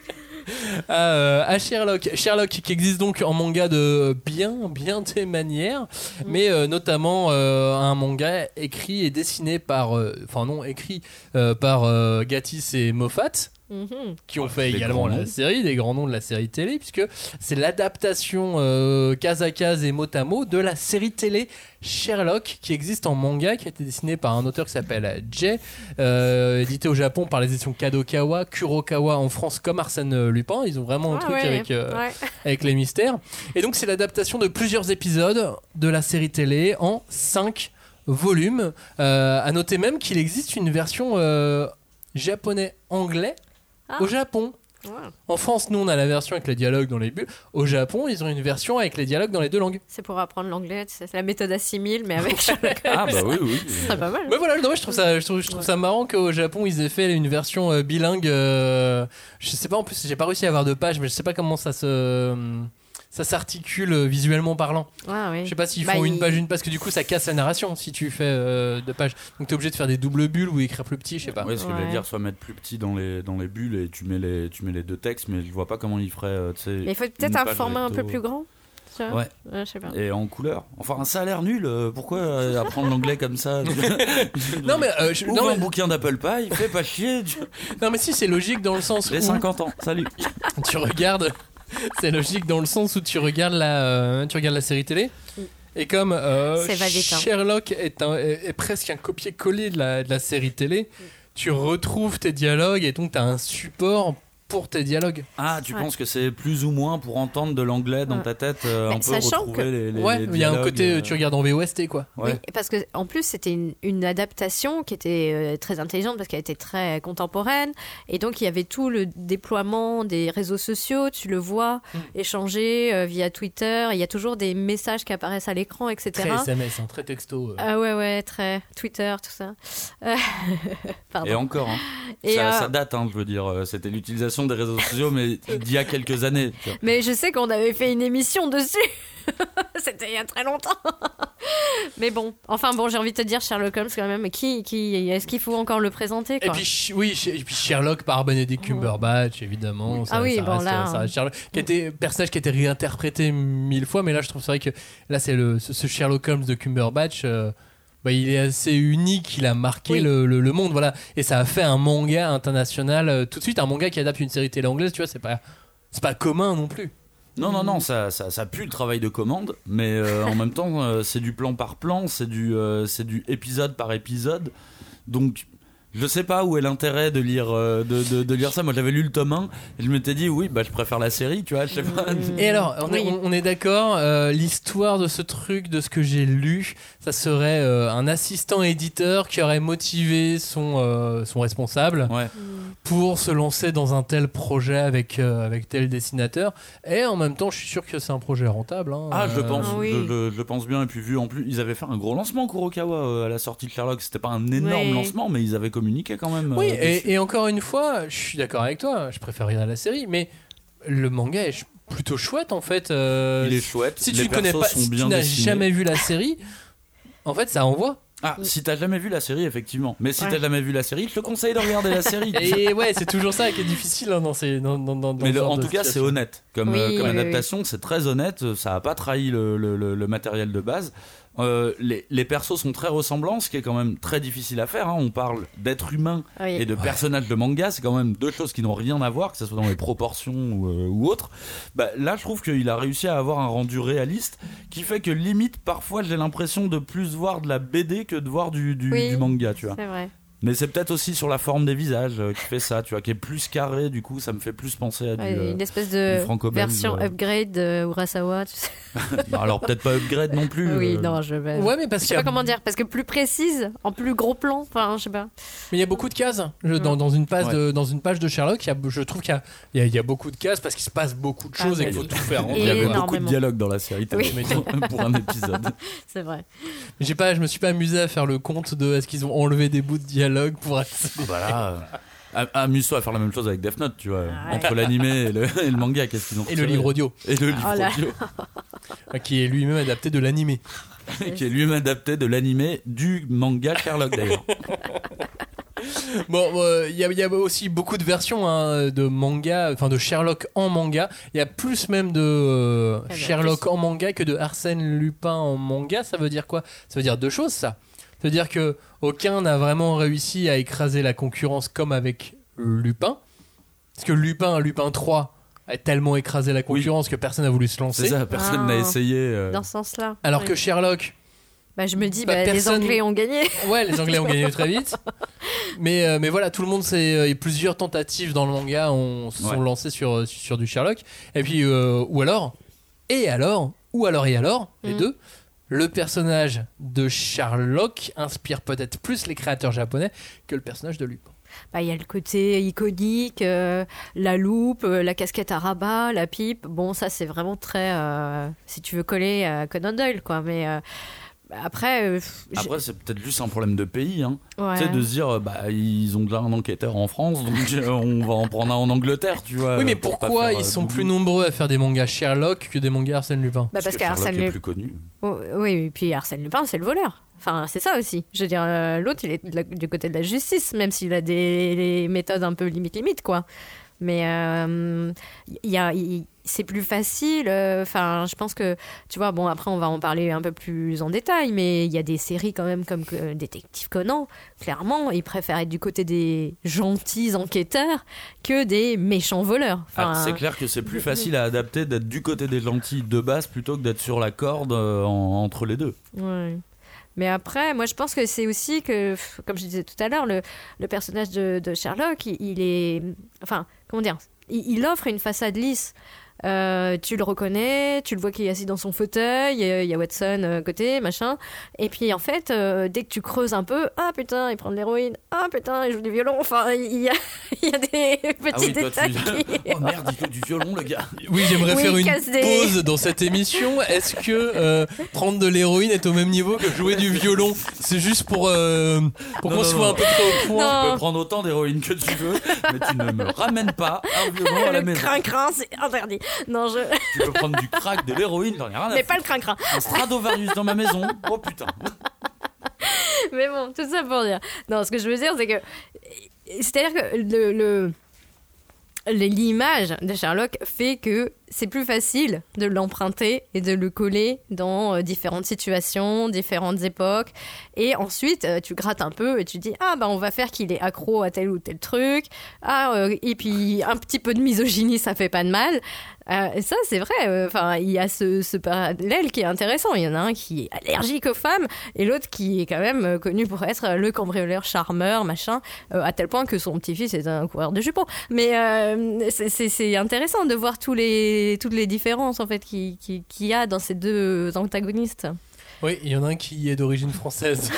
à, euh, à Sherlock. Sherlock qui existe donc en manga de bien, bien des manières, mais euh, notamment euh, un manga écrit et dessiné par, euh, enfin non, écrit euh, par euh, Gatiss et Moffat, Mhm. qui ont fait des également grands la noms. série, des grands noms de la série télé, puisque c'est l'adaptation euh, case à case et mot à mot de la série télé Sherlock, qui existe en manga, qui a été dessiné par un auteur qui s'appelle Jay, euh, édité au Japon par les éditions Kadokawa, Kurokawa en France comme Arsène Lupin. Ils ont vraiment un Ah truc ouais, avec, euh, ouais. avec les mystères. Et donc c'est l'adaptation de plusieurs épisodes de la série télé en cinq volumes. Euh, à noter même qu'il existe une version euh, japonais-anglais Ah. au Japon. Ouais. En France, nous, on a la version avec les dialogues dans les bulles. Au Japon, ils ont une version avec les dialogues dans les deux langues. C'est pour apprendre l'anglais, tu sais, c'est la méthode assimile, mais avec Sherlock Holmes. Ah bah oui, oui. C'est pas mal. Mais voilà, non, je trouve ça, je trouve, je trouve ça marrant qu'au Japon, ils aient fait une version euh, bilingue. euh, je sais pas, en plus, j'ai pas réussi à avoir de page, mais je sais pas comment ça se. ça s'articule euh, visuellement parlant. Ah, oui. Je sais pas s'ils Bah, font il- une page, une parce que du coup ça casse la narration si tu fais euh, deux pages. Donc t'es obligé de faire des doubles bulles ou écrire plus petit, je sais pas. Ouais, ce que je Ouais. voulais dire, soit mettre plus petit dans les, dans les bulles et tu mets les, tu mets les deux textes, mais je vois pas comment ils feraient. euh, tu sais, Mais il faut peut-être une un page format un recto. peu plus grand. Tu vois Ouais. Ouais, je sais pas. Et en couleur. Enfin, ça a l'air nul. euh, Pourquoi euh, apprendre l'anglais comme ça? Non mais, euh, je- Ouvre non, un mais, bouquin d'Apple Pie, fais pas chier. tu- non, mais si c'est logique dans le sens J'ai où cinquante ans, salut. tu regardes. C'est logique dans le sens où tu regardes la, euh, tu regardes la série télé. Et comme euh, C'est va-vite, hein. Sherlock est, un, est, est presque un copier-coller de la, de la série télé, tu retrouves tes dialogues et donc tu as un support pour tes dialogues. Ah, tu Ouais. penses que c'est plus ou moins pour entendre de l'anglais dans Ouais. ta tête, euh, Mais un peu sachant retrouver que- les, les Ouais, les il y a un dialogues, côté, euh, tu regardes en V O S T quoi. Ouais. Oui, parce que en plus c'était une, une adaptation qui était euh, très intelligente parce qu'elle était très contemporaine et donc il y avait tout le déploiement des réseaux sociaux, tu le vois Mm. échanger euh, via Twitter, il y a toujours des messages qui apparaissent à l'écran, et Très cetera. S M S, hein, très texto. euh. Ah ouais ouais très Twitter tout ça. Euh, Pardon. Et encore, hein. Et, ça, euh, ça date, hein, je veux dire. euh, C'était l'utilisation des réseaux sociaux, mais d'il y a quelques années. tu vois. Mais je sais qu'on avait fait une émission dessus. C'était il y a très longtemps. Mais bon, enfin bon, j'ai envie de te dire Sherlock Holmes quand même. Qui, qui, est-ce qu'il faut encore le présenter Et quoi puis ch- oui, ch- et puis Sherlock par Benedict Cumberbatch évidemment. Ça, Ah oui, ça bon, reste, là, ça reste Sherlock, qui était personnage qui a été réinterprété mille fois, mais là je trouve c'est vrai que là c'est le ce, ce Sherlock Holmes de Cumberbatch. euh, bah, il est assez unique, il a marqué Oui. le, le, le monde, voilà, et ça a fait un manga international euh, tout de suite, un manga qui adapte une série télé anglaise, tu vois, c'est pas c'est pas commun non plus. Non, non, non, ça, ça, ça pue le travail de commande, mais euh, en même temps, euh, c'est du plan par plan, c'est du, euh, c'est du épisode par épisode. Donc, je sais pas où est l'intérêt de lire, euh, de, de, de lire ça. Moi, j'avais lu le tome un et je m'étais dit, oui, bah, je préfère la série, tu vois, je sais pas. Et alors, on est, Oui. on- on est d'accord, euh, l'histoire de ce truc, de ce que j'ai lu, ça serait euh, un assistant éditeur qui aurait motivé son, euh, son responsable Ouais. pour se lancer dans un tel projet avec, euh, avec tel dessinateur. Et en même temps, je suis sûr que c'est un projet rentable. hein. Ah, je Euh, pense, Ah oui. je, je- je pense bien. Et puis, vu en plus, ils avaient fait un gros lancement, Kurokawa, euh, à la sortie de Sherlock. C'était pas un énorme Oui. lancement, mais ils avaient communiqué quand même. Oui, euh, dessus. et, et encore une fois, je suis d'accord avec toi, je préfère regarder la série, mais le manga est ch- plutôt chouette en fait. euh, Il est chouette. Si les tu connais persos pas, sont si tu bien n'as dessinés. jamais vu la série, en fait, ça envoie. Ah, si t'as jamais vu la série, effectivement. Mais si Ouais. t'as jamais vu la série, je te conseille de regarder la série. Et ouais, c'est toujours ça qui est difficile hein, dans ces. Dans, dans, dans, dans Mais ce le- genre en de tout cas, c'est situation. honnête. Comme, Oui, euh, comme oui, oui. adaptation, c'est très honnête. Ça a pas trahi le, le- le- le matériel de base. Euh, les, les persos sont très ressemblants, ce qui est quand même très difficile à faire. hein. On parle d'êtres humains Oui. et de personnages de manga. C'est quand même deux choses qui n'ont rien à voir, que ce soit dans les proportions ou, euh, ou autre. Bah, là, je trouve qu'il a réussi à avoir un rendu réaliste qui fait que limite, parfois, j'ai l'impression de plus voir de la B D que de voir du, du- Oui. du manga, tu vois. C'est vrai. Mais c'est peut-être aussi sur la forme des visages euh, qui fait ça, tu vois, qui est plus carré, du coup, ça me fait plus penser à du. Ouais, euh, une espèce du de franco-belge, version euh. upgrade de Urasawa. Tu sais. non, alors peut-être pas upgrade non plus. Oui, euh, non, je vais. Ouais, mais parce Je qu'il sais y a, pas comment dire, parce que plus précise, en plus gros plan, enfin, je sais pas. mais il y a beaucoup de cases. Je- dans, dans, une page Ouais. de, dans une page de Sherlock, il y a, je trouve qu'il y a, il y a, il y a beaucoup de cases parce qu'il se passe beaucoup de Ah, choses et ouais. qu'il faut tout faire. Et Il y avait énormément. beaucoup de dialogues dans la série Oui. télé, pour un épisode. C'est vrai. J'ai pas, je me suis pas amusé à faire le compte de est-ce qu'ils ont enlevé des bouts de dialogue pour accéder. Voilà. euh, Amuse-toi à faire la même chose avec Death Note, tu vois. Ouais. Entre l'animé et le, et le manga, qu'est-ce qu'ils ont Et le retiré livre audio, Et le livre Oh là. audio, qui est lui-même adapté de l'animé. qui est lui-même adapté de l'animé du manga Sherlock d'ailleurs. Bon, il y, a- y a aussi beaucoup de versions hein, de manga, enfin de Sherlock en manga. Il y a plus même de euh, ben, Sherlock en manga que de Arsène Lupin en manga. Ça veut dire quoi? Ça veut dire deux choses, ça. Ça veut dire que aucun n'a vraiment réussi à écraser la concurrence comme avec Lupin. Parce que Lupin, Lupin trois a tellement écrasé la concurrence que personne n'a voulu se C'est lancer. ça, personne Ah. n'a essayé. euh, Dans ce sens-là. Alors Oui. que Sherlock, Bah, je me dis, Bah, bah, les personne- Anglais ont gagné. ouais, les Anglais ont gagné très vite. Mais, euh, mais voilà, tout le monde s'est. euh, et plusieurs tentatives dans le manga ont, se sont Ouais. lancées sur, sur du Sherlock. Et puis, euh, ou alors, et alors, ou alors et alors, les Mhm. deux, le personnage de Sherlock inspire peut-être plus les créateurs japonais que le personnage de Lupin. Bah, il y a le côté iconique, euh, la loupe, euh, la casquette à rabat, la pipe. Bon, ça, c'est vraiment très. euh, si tu veux coller à Conan Doyle, quoi. Mais. euh, Après, euh, Après, c'est peut-être juste un problème de pays, hein. Ouais. Tu sais, de se dire, bah, ils ont déjà un enquêteur en France, donc euh, on va en prendre un en Angleterre, tu vois. Oui, mais pour pas pourquoi faire, ils euh, sont doublon. plus nombreux à faire des mangas Sherlock que des mangas Arsène Lupin? Bah, parce Parce que qu'Arsène Sherlock est Lupin. plus connu. Oh, oui, et puis Arsène Lupin, c'est le voleur. Enfin, c'est ça aussi. Je veux dire, euh, l'autre, il est de la- du côté de la justice, même s'il a des, des méthodes un peu limite-limite, quoi. Mais euh, il y a, il- c'est plus facile. euh, Enfin, je pense que, tu vois, bon, après, on va en parler un peu plus en détail, mais il y a des séries quand même comme euh, Détective Conan. Clairement, ils préfèrent être du côté des gentils enquêteurs que des méchants voleurs. Enfin, Ah, c'est clair que c'est plus facile à adapter d'être du côté des gentils de base plutôt que d'être sur la corde euh, en- entre les deux. Ouais. Mais après, moi, je pense que c'est aussi que, pff, comme je disais tout à l'heure, le, le personnage de, de Sherlock, il, il est... Enfin, comment dire il, il offre une façade lisse. Euh, tu le reconnais, tu le vois qu'il est assis dans son fauteuil, il y a- il y a Watson euh, à côté, machin. Et puis, en fait, euh, dès que tu creuses un peu, ah putain, il prend de l'héroïne, ah putain, il joue du violon. Enfin, il y a, il y a des petits Ah oui, toi, détails. tu... qui- Oh merde, il fait du violon, le gars. Oui, j'aimerais Oui, faire une casse des- pause dans cette émission. Est-ce que euh, prendre de l'héroïne est au même niveau que jouer du violon? C'est juste pour, euh, pour Non, qu'on non, soit non. un peu près au point. Non. Tu peux prendre autant d'héroïne que tu veux, mais tu ne me ramènes pas un violon à la Le maison. crin-crin, c'est interdit. Non, je... Tu peux prendre du crack, de l'héroïne, j'en ai rien à Mais foutre. pas le crin-crin. Un Stradivarius dans ma maison, oh putain. Mais bon, tout ça pour dire. Non, ce que je veux dire, c'est que. C'est-à-dire que le. le- L'image de Sherlock fait que c'est plus facile de l'emprunter et de le coller dans euh, différentes situations, différentes époques. Et ensuite, euh, tu grattes un peu et tu dis ah bah on va faire qu'il est accro à tel ou tel truc. Ah euh, et puis un petit peu de misogynie, ça fait pas de mal. Euh, et ça c'est vrai. Enfin, il y a ce, ce parallèle qui est intéressant. Il y en a un qui est allergique aux femmes et l'autre qui est quand même euh, connu pour être le cambrioleur charmeur, machin, euh, à tel point que son petit-fils est un coureur de jupons. Mais euh, c'est- c'est c'est intéressant de voir tous les, toutes les différences en fait qu'il qui, qu'il y a dans ces deux antagonistes. Oui, il y en a un qui est d'origine française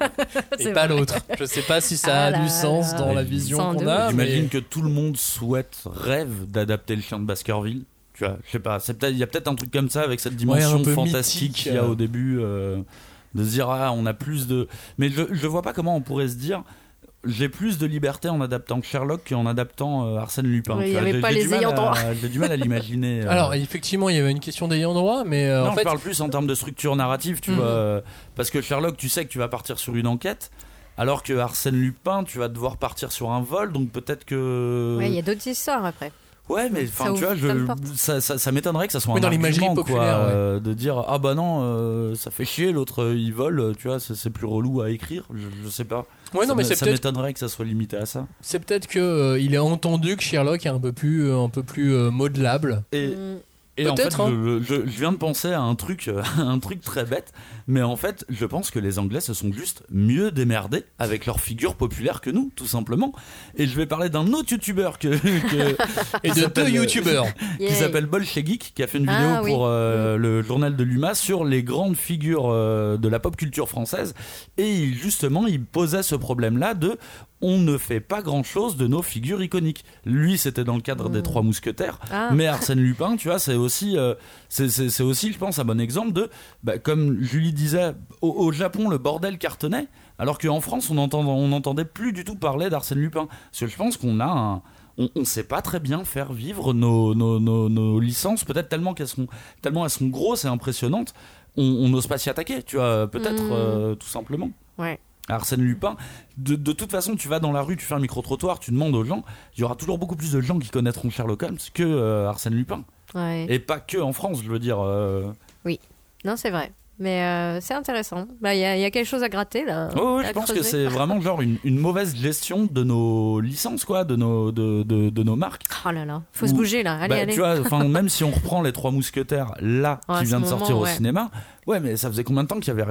et C'est pas vrai. l'autre. Je sais pas si ça Ah a là du sens là. dans la Ouais, vision sans qu'on doute. a. J'imagine mais- que tout le monde souhaite, rêve d'adapter le chien de Baskerville. Tu vois, je sais pas, c'est peut-être, il y a peut-être un truc comme ça avec cette dimension un peu fantastique mythique, qu'il y a euh. au début, euh, de se dire ah on a plus de, mais je, je vois pas comment on pourrait se dire j'ai plus de liberté en adaptant Sherlock qu'en adaptant euh, Arsène Lupin. Oui, Tu il y vois, avait j'ai- pas j'ai les du mal ayants à- droit. J'ai du mal à l'imaginer. euh. Alors, effectivement, il y avait une question d'ayant droit, mais euh, non, en je fait, parle plus en termes de structure narrative, tu Mhm. vois, euh, parce que Sherlock, tu sais que tu vas partir sur une enquête, alors que Arsène Lupin, tu vas devoir partir sur un vol, donc peut-être que. Ouais, il y a d'autres histoires après. Ouais, mais Ça enfin, tu vois, ouvre plein de je, portes. ça, ça, ça m'étonnerait que ça soit Oui, un dans l'imagerie argument, quoi, populaire, ouais. euh, de dire ah bah non, euh, ça fait chier, l'autre euh, il vole, tu vois, c'est, c'est plus relou à écrire, je, je sais pas. ouais, non, ça mais me- c'est ça peut-être, m'étonnerait que ça soit limité à ça. c'est peut-être que euh, il est entendu que Sherlock est un peu plus, euh, un peu plus euh, modelable. Et, Mm. et en fait, Peut-être, hein. je, je- je viens de penser à un truc, euh, un truc très bête, mais en fait, je pense que les Anglais se sont juste mieux démerdés avec leurs figures populaires que nous, tout simplement. Et je vais parler d'un autre youtubeur que, que Et qui de s'appelle- deux youtubeurs. qui Yeah. s'appelle Bolchegeek, qui a fait une Ah, vidéo oui. pour euh, le journal de l'U M A sur les grandes figures euh, de la pop culture française. Et il- justement, il posait ce problème-là de on ne fait pas grand-chose de nos figures iconiques. Lui, c'était dans le cadre des Trois Mousquetaires. Ah. Mais Arsène Lupin, tu vois, c'est aussi, euh, c'est, c'est- c'est aussi, je pense, un bon exemple de, bah, comme Julie disait, au, au Japon, le bordel cartonnait, alors qu'en France, on entend, on n'entendait plus du tout parler d'Arsène Lupin. Parce que je pense qu'on a un... On ne sait pas très bien faire vivre nos, nos, nos, nos licences, peut-être tellement qu'elles sont, tellement elles sont grosses et impressionnantes, on on n'ose pas s'y attaquer, tu vois, peut-être Mm. euh, tout simplement. Ouais. Arsène Lupin, de, de toute façon, tu vas dans la rue, tu fais un micro-trottoir, tu demandes aux gens, il y aura toujours beaucoup plus de gens qui connaîtront Sherlock Holmes que euh, Arsène Lupin. Ouais. Et pas que en France, je veux dire. euh. Non, c'est vrai. Mais euh, c'est intéressant. Bah, il y, a- il y a quelque chose à gratter là. Ouais, ouais, à je pense que creuser. c'est vraiment genre une, une mauvaise gestion de nos licences, quoi, de nos, de, de, de nos marques. Oh là là, faut se Ou- bouger là. Allez, Bah, allez. tu vois, enfin, même si on reprend les Trois Mousquetaires là, Ouais, à qui ce vient de moment, sortir au ouais. cinéma, ouais, mais ça faisait combien de temps qu'il n'y avait rien eu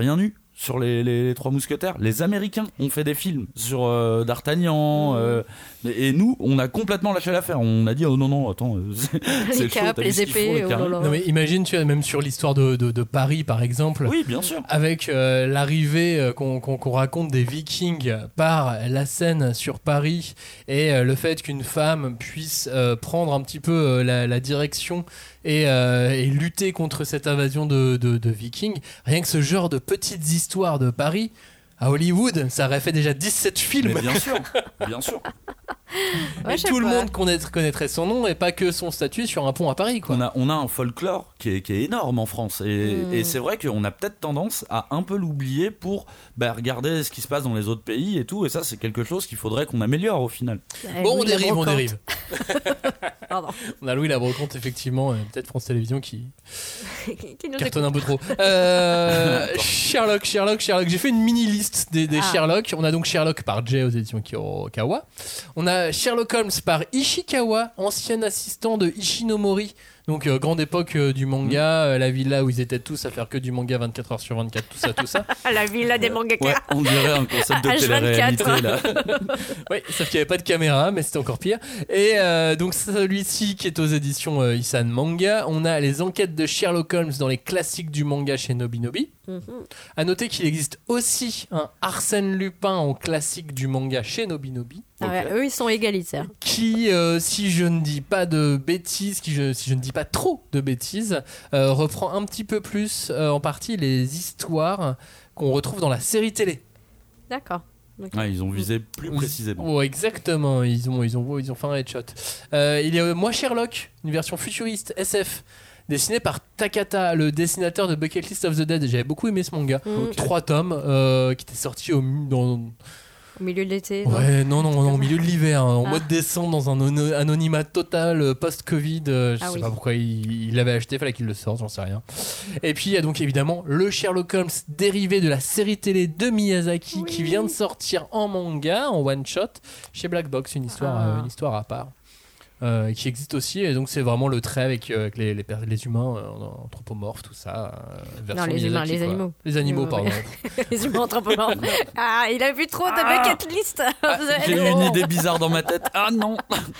sur les, les, les Trois Mousquetaires. Les Américains ont fait des films sur euh, D'Artagnan. Mmh. Euh, et, et nous, on a complètement lâché l'affaire. On a dit oh non non, attends, c'est, les c'est capes, chaud, les épées. Faut, oh là là. Non mais imagine, tu vois, même sur l'histoire de, de, de Paris par exemple. Oui, bien sûr. Avec euh, l'arrivée euh, qu'on, qu'on, qu'on raconte des Vikings par la Seine sur Paris et euh, le fait qu'une femme puisse euh, prendre un petit peu euh, la, la direction et, euh, et lutter contre cette invasion de, de, de Vikings. Rien que ce genre de petites histoires de Paris, à Hollywood, ça aurait fait déjà dix-sept films. Mais bien sûr, bien sûr. Ouais, et tout le monde connaîtrait, connaîtrait son nom et pas que son statut sur un pont à Paris, quoi. On a, on a un folklore qui est, qui est énorme en France et, mmh. et c'est vrai qu'on a peut-être tendance à un peu l'oublier pour bah, regarder ce qui se passe dans les autres pays et tout, et ça c'est quelque chose qu'il faudrait qu'on améliore au final. Euh, bon, Louis on dérive, on dérive. Pardon. On a Louis la brocante, effectivement, euh, peut-être France Télévisions qui qui nous cartonne un peu trop. Euh, Sherlock, Sherlock, Sherlock. J'ai fait une mini liste des, des ah. Sherlock. On a donc Sherlock par Jay aux éditions Kurokawa. On a Sherlock Holmes par Ishikawa, ancien assistant de Ishinomori. Donc euh, grande époque euh, du manga, euh, la villa où ils étaient tous à faire que du manga vingt-quatre heures sur vingt-quatre, tout ça, tout ça. La villa des mangaka. Ouais, on dirait un concept de télé-réalité là. Oui, sauf qu'il n'y avait pas de caméra, mais c'était encore pire. Et euh, donc celui-ci qui est aux éditions euh, Isan Manga, on a les enquêtes de Sherlock Holmes dans les classiques du manga chez Nobinobi. Mm-hmm. À noter qu'il existe aussi un Arsène Lupin en classique du manga chez Nobinobi. Ah ouais, okay. Eux ils sont égalitaires. Qui, euh, si je ne dis pas de bêtises, qui je, si je ne dis pas trop de bêtises, euh, reprend un petit peu plus euh, en partie les histoires qu'on retrouve dans la série télé. D'accord. Okay. Ah, ils ont visé plus précisément. Oh, exactement, ils ont, ils ont, ils ont fait un headshot. Euh, il y a euh, Moi Sherlock, une version futuriste S F. Dessiné par Takata, le dessinateur de Bucket List of the Dead. J'avais beaucoup aimé ce manga. Mmh. Okay. Trois tomes euh, qui étaient sortis au, dans, au milieu de l'été. Ouais, non, non, non, au milieu de l'hiver, hein, en ah. mois de décembre, dans un anonymat total post-Covid. Euh, je ah sais oui. pas pourquoi il, il l'avait acheté, fallait qu'il le sorte, j'en sais rien. Et puis il y a donc évidemment le Sherlock Holmes dérivé de la série télé de Miyazaki oui. qui vient de sortir en manga, en one shot, chez Black Box, une histoire, ah. euh, une histoire à part. Euh, qui existe aussi, et donc c'est vraiment le trait avec, euh, avec les, les, les humains euh, anthropomorphes, tout ça. Euh, non, les humains, les quoi. animaux. Les animaux, pardon. Les humains anthropomorphes. Ah, il a vu trop de ah bucket list. Ah, j'ai eu une idée bizarre dans ma tête. Ah non.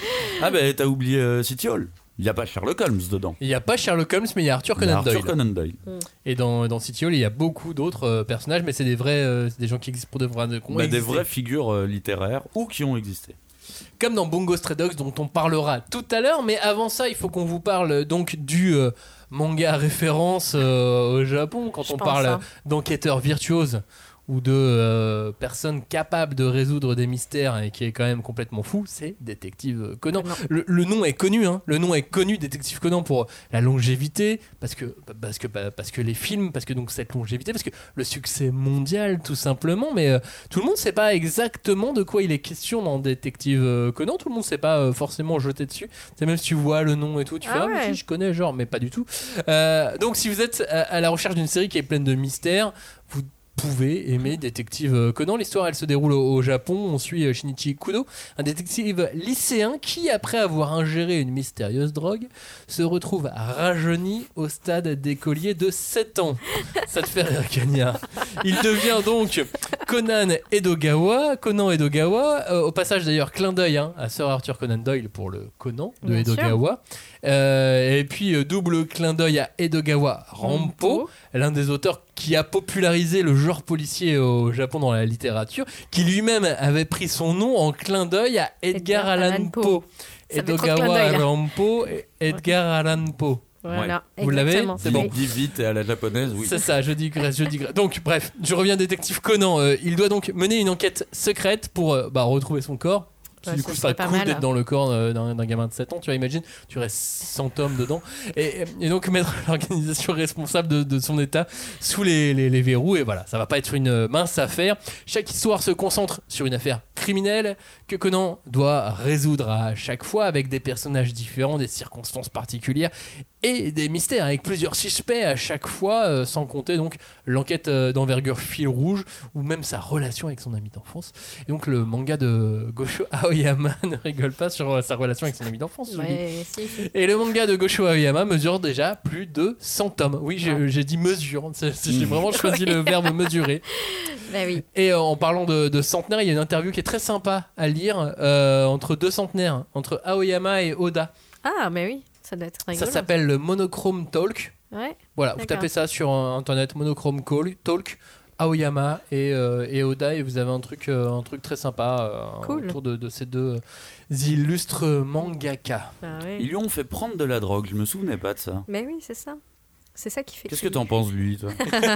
Ah ben, t'as oublié euh, City Hall. Il n'y a pas Sherlock Holmes dedans. Il n'y a pas Sherlock Holmes, mais il y a Arthur Conan Doyle. Arthur Conan Doyle. Mm. Et dans, dans City Hall, il y a beaucoup d'autres euh, personnages, mais c'est des vrais, euh, c'est des gens qui existent pour de vrais. Bah, des vraies figures euh, littéraires ou qui ont existé. Comme dans Bungo Stray Dogs, dont on parlera tout à l'heure, mais avant ça, il faut qu'on vous parle donc du euh, manga référence euh, au Japon, quand Je on pense, parle hein. d'enquêteurs virtuoses ou de euh, personnes capables de résoudre des mystères et qui est quand même complètement fou, c'est Détective Conan. Le, le nom est connu, hein. Le nom est connu, Détective Conan, pour la longévité, parce que, parce que, parce que les films, parce que donc cette longévité, parce que le succès mondial, tout simplement, mais euh, tout le monde ne sait pas exactement de quoi il est question dans Détective Conan, tout le monde ne sait pas euh, forcément jeter dessus. C'est même si tu vois le nom et tout, tu ah fais ouais. ah, mais si, je connais, genre, mais pas du tout. Euh, donc si vous êtes à, à la recherche d'une série qui est pleine de mystères, vous pouvez aimer Détective Conan. L'histoire, elle se déroule au, au Japon. On suit Shinichi Kudo, un détective lycéen qui, après avoir ingéré une mystérieuse drogue, se retrouve rajeuni au stade d'écolier de sept ans. Ça te fait rire, Kenya. Il devient donc Conan Edogawa. Conan Edogawa. Euh, au passage, d'ailleurs, clin d'œil hein, à Sir Arthur Conan Doyle pour le Conan de Bien Edogawa. Euh, et puis, euh, double clin d'œil à Edogawa Rampo, l'un des auteurs qui a popularisé le genre policier au Japon dans la littérature, qui lui-même avait pris son nom en clin d'œil à Edgar, Edgar Allan Poe. Edogawa Rampo et Edgar Allan Poe. Voilà, ouais. Vous l'avez ? C'est bon. Dit vite et à la japonaise, oui. C'est ça, je digresse, je digresse. Donc, bref, je reviens à Détective Conan. Euh, il doit donc mener une enquête secrète pour euh, bah, retrouver son corps. Ouais, du coup, c'est pas cool mal, d'être hein. dans le corps euh, d'un, d'un gamin de sept ans. Tu vois, imagine, tu restes cent tomes dedans. Et, et donc, mettre l'organisation responsable de, de son état sous les, les, les verrous. Et voilà, ça va pas être une mince affaire. Chaque histoire se concentre sur une affaire criminelle que Conan doit résoudre à chaque fois avec des personnages différents, des circonstances particulières. et des mystères avec plusieurs suspects à chaque fois, euh, sans compter donc l'enquête euh, d'envergure fil rouge ou même sa relation avec son ami d'enfance. Et donc le manga de Gosho Aoyama ne rigole pas sur euh, sa relation avec son ami d'enfance. Ouais, si, si. Et le manga de Gosho Aoyama mesure déjà plus de cent tomes. Oui, j'ai, Ouais. j'ai dit mesure, c'est, c'est, j'ai vraiment choisi le verbe mesurer. Bah oui. Et euh, en parlant de, de centenaire, il y a une interview qui est très sympa à lire euh, entre deux centenaires, entre Aoyama et Oda. Ah, mais oui, ça doit être rigolo. Ça s'appelle le Monochrome Talk. Ouais. Voilà, vous D'accord. tapez ça sur euh, internet, Monochrome Call, Talk, Aoyama et, euh, et Oda, et vous avez un truc, euh, un truc très sympa euh, Cool. autour de, de ces deux euh, illustres mangaka. Ah, ouais. Ils lui ont fait prendre de la drogue, je me souvenais pas de ça. Mais oui, c'est ça. C'est ça qui fait. Qu'est-ce que qu'il- t'en penses, lui, toi?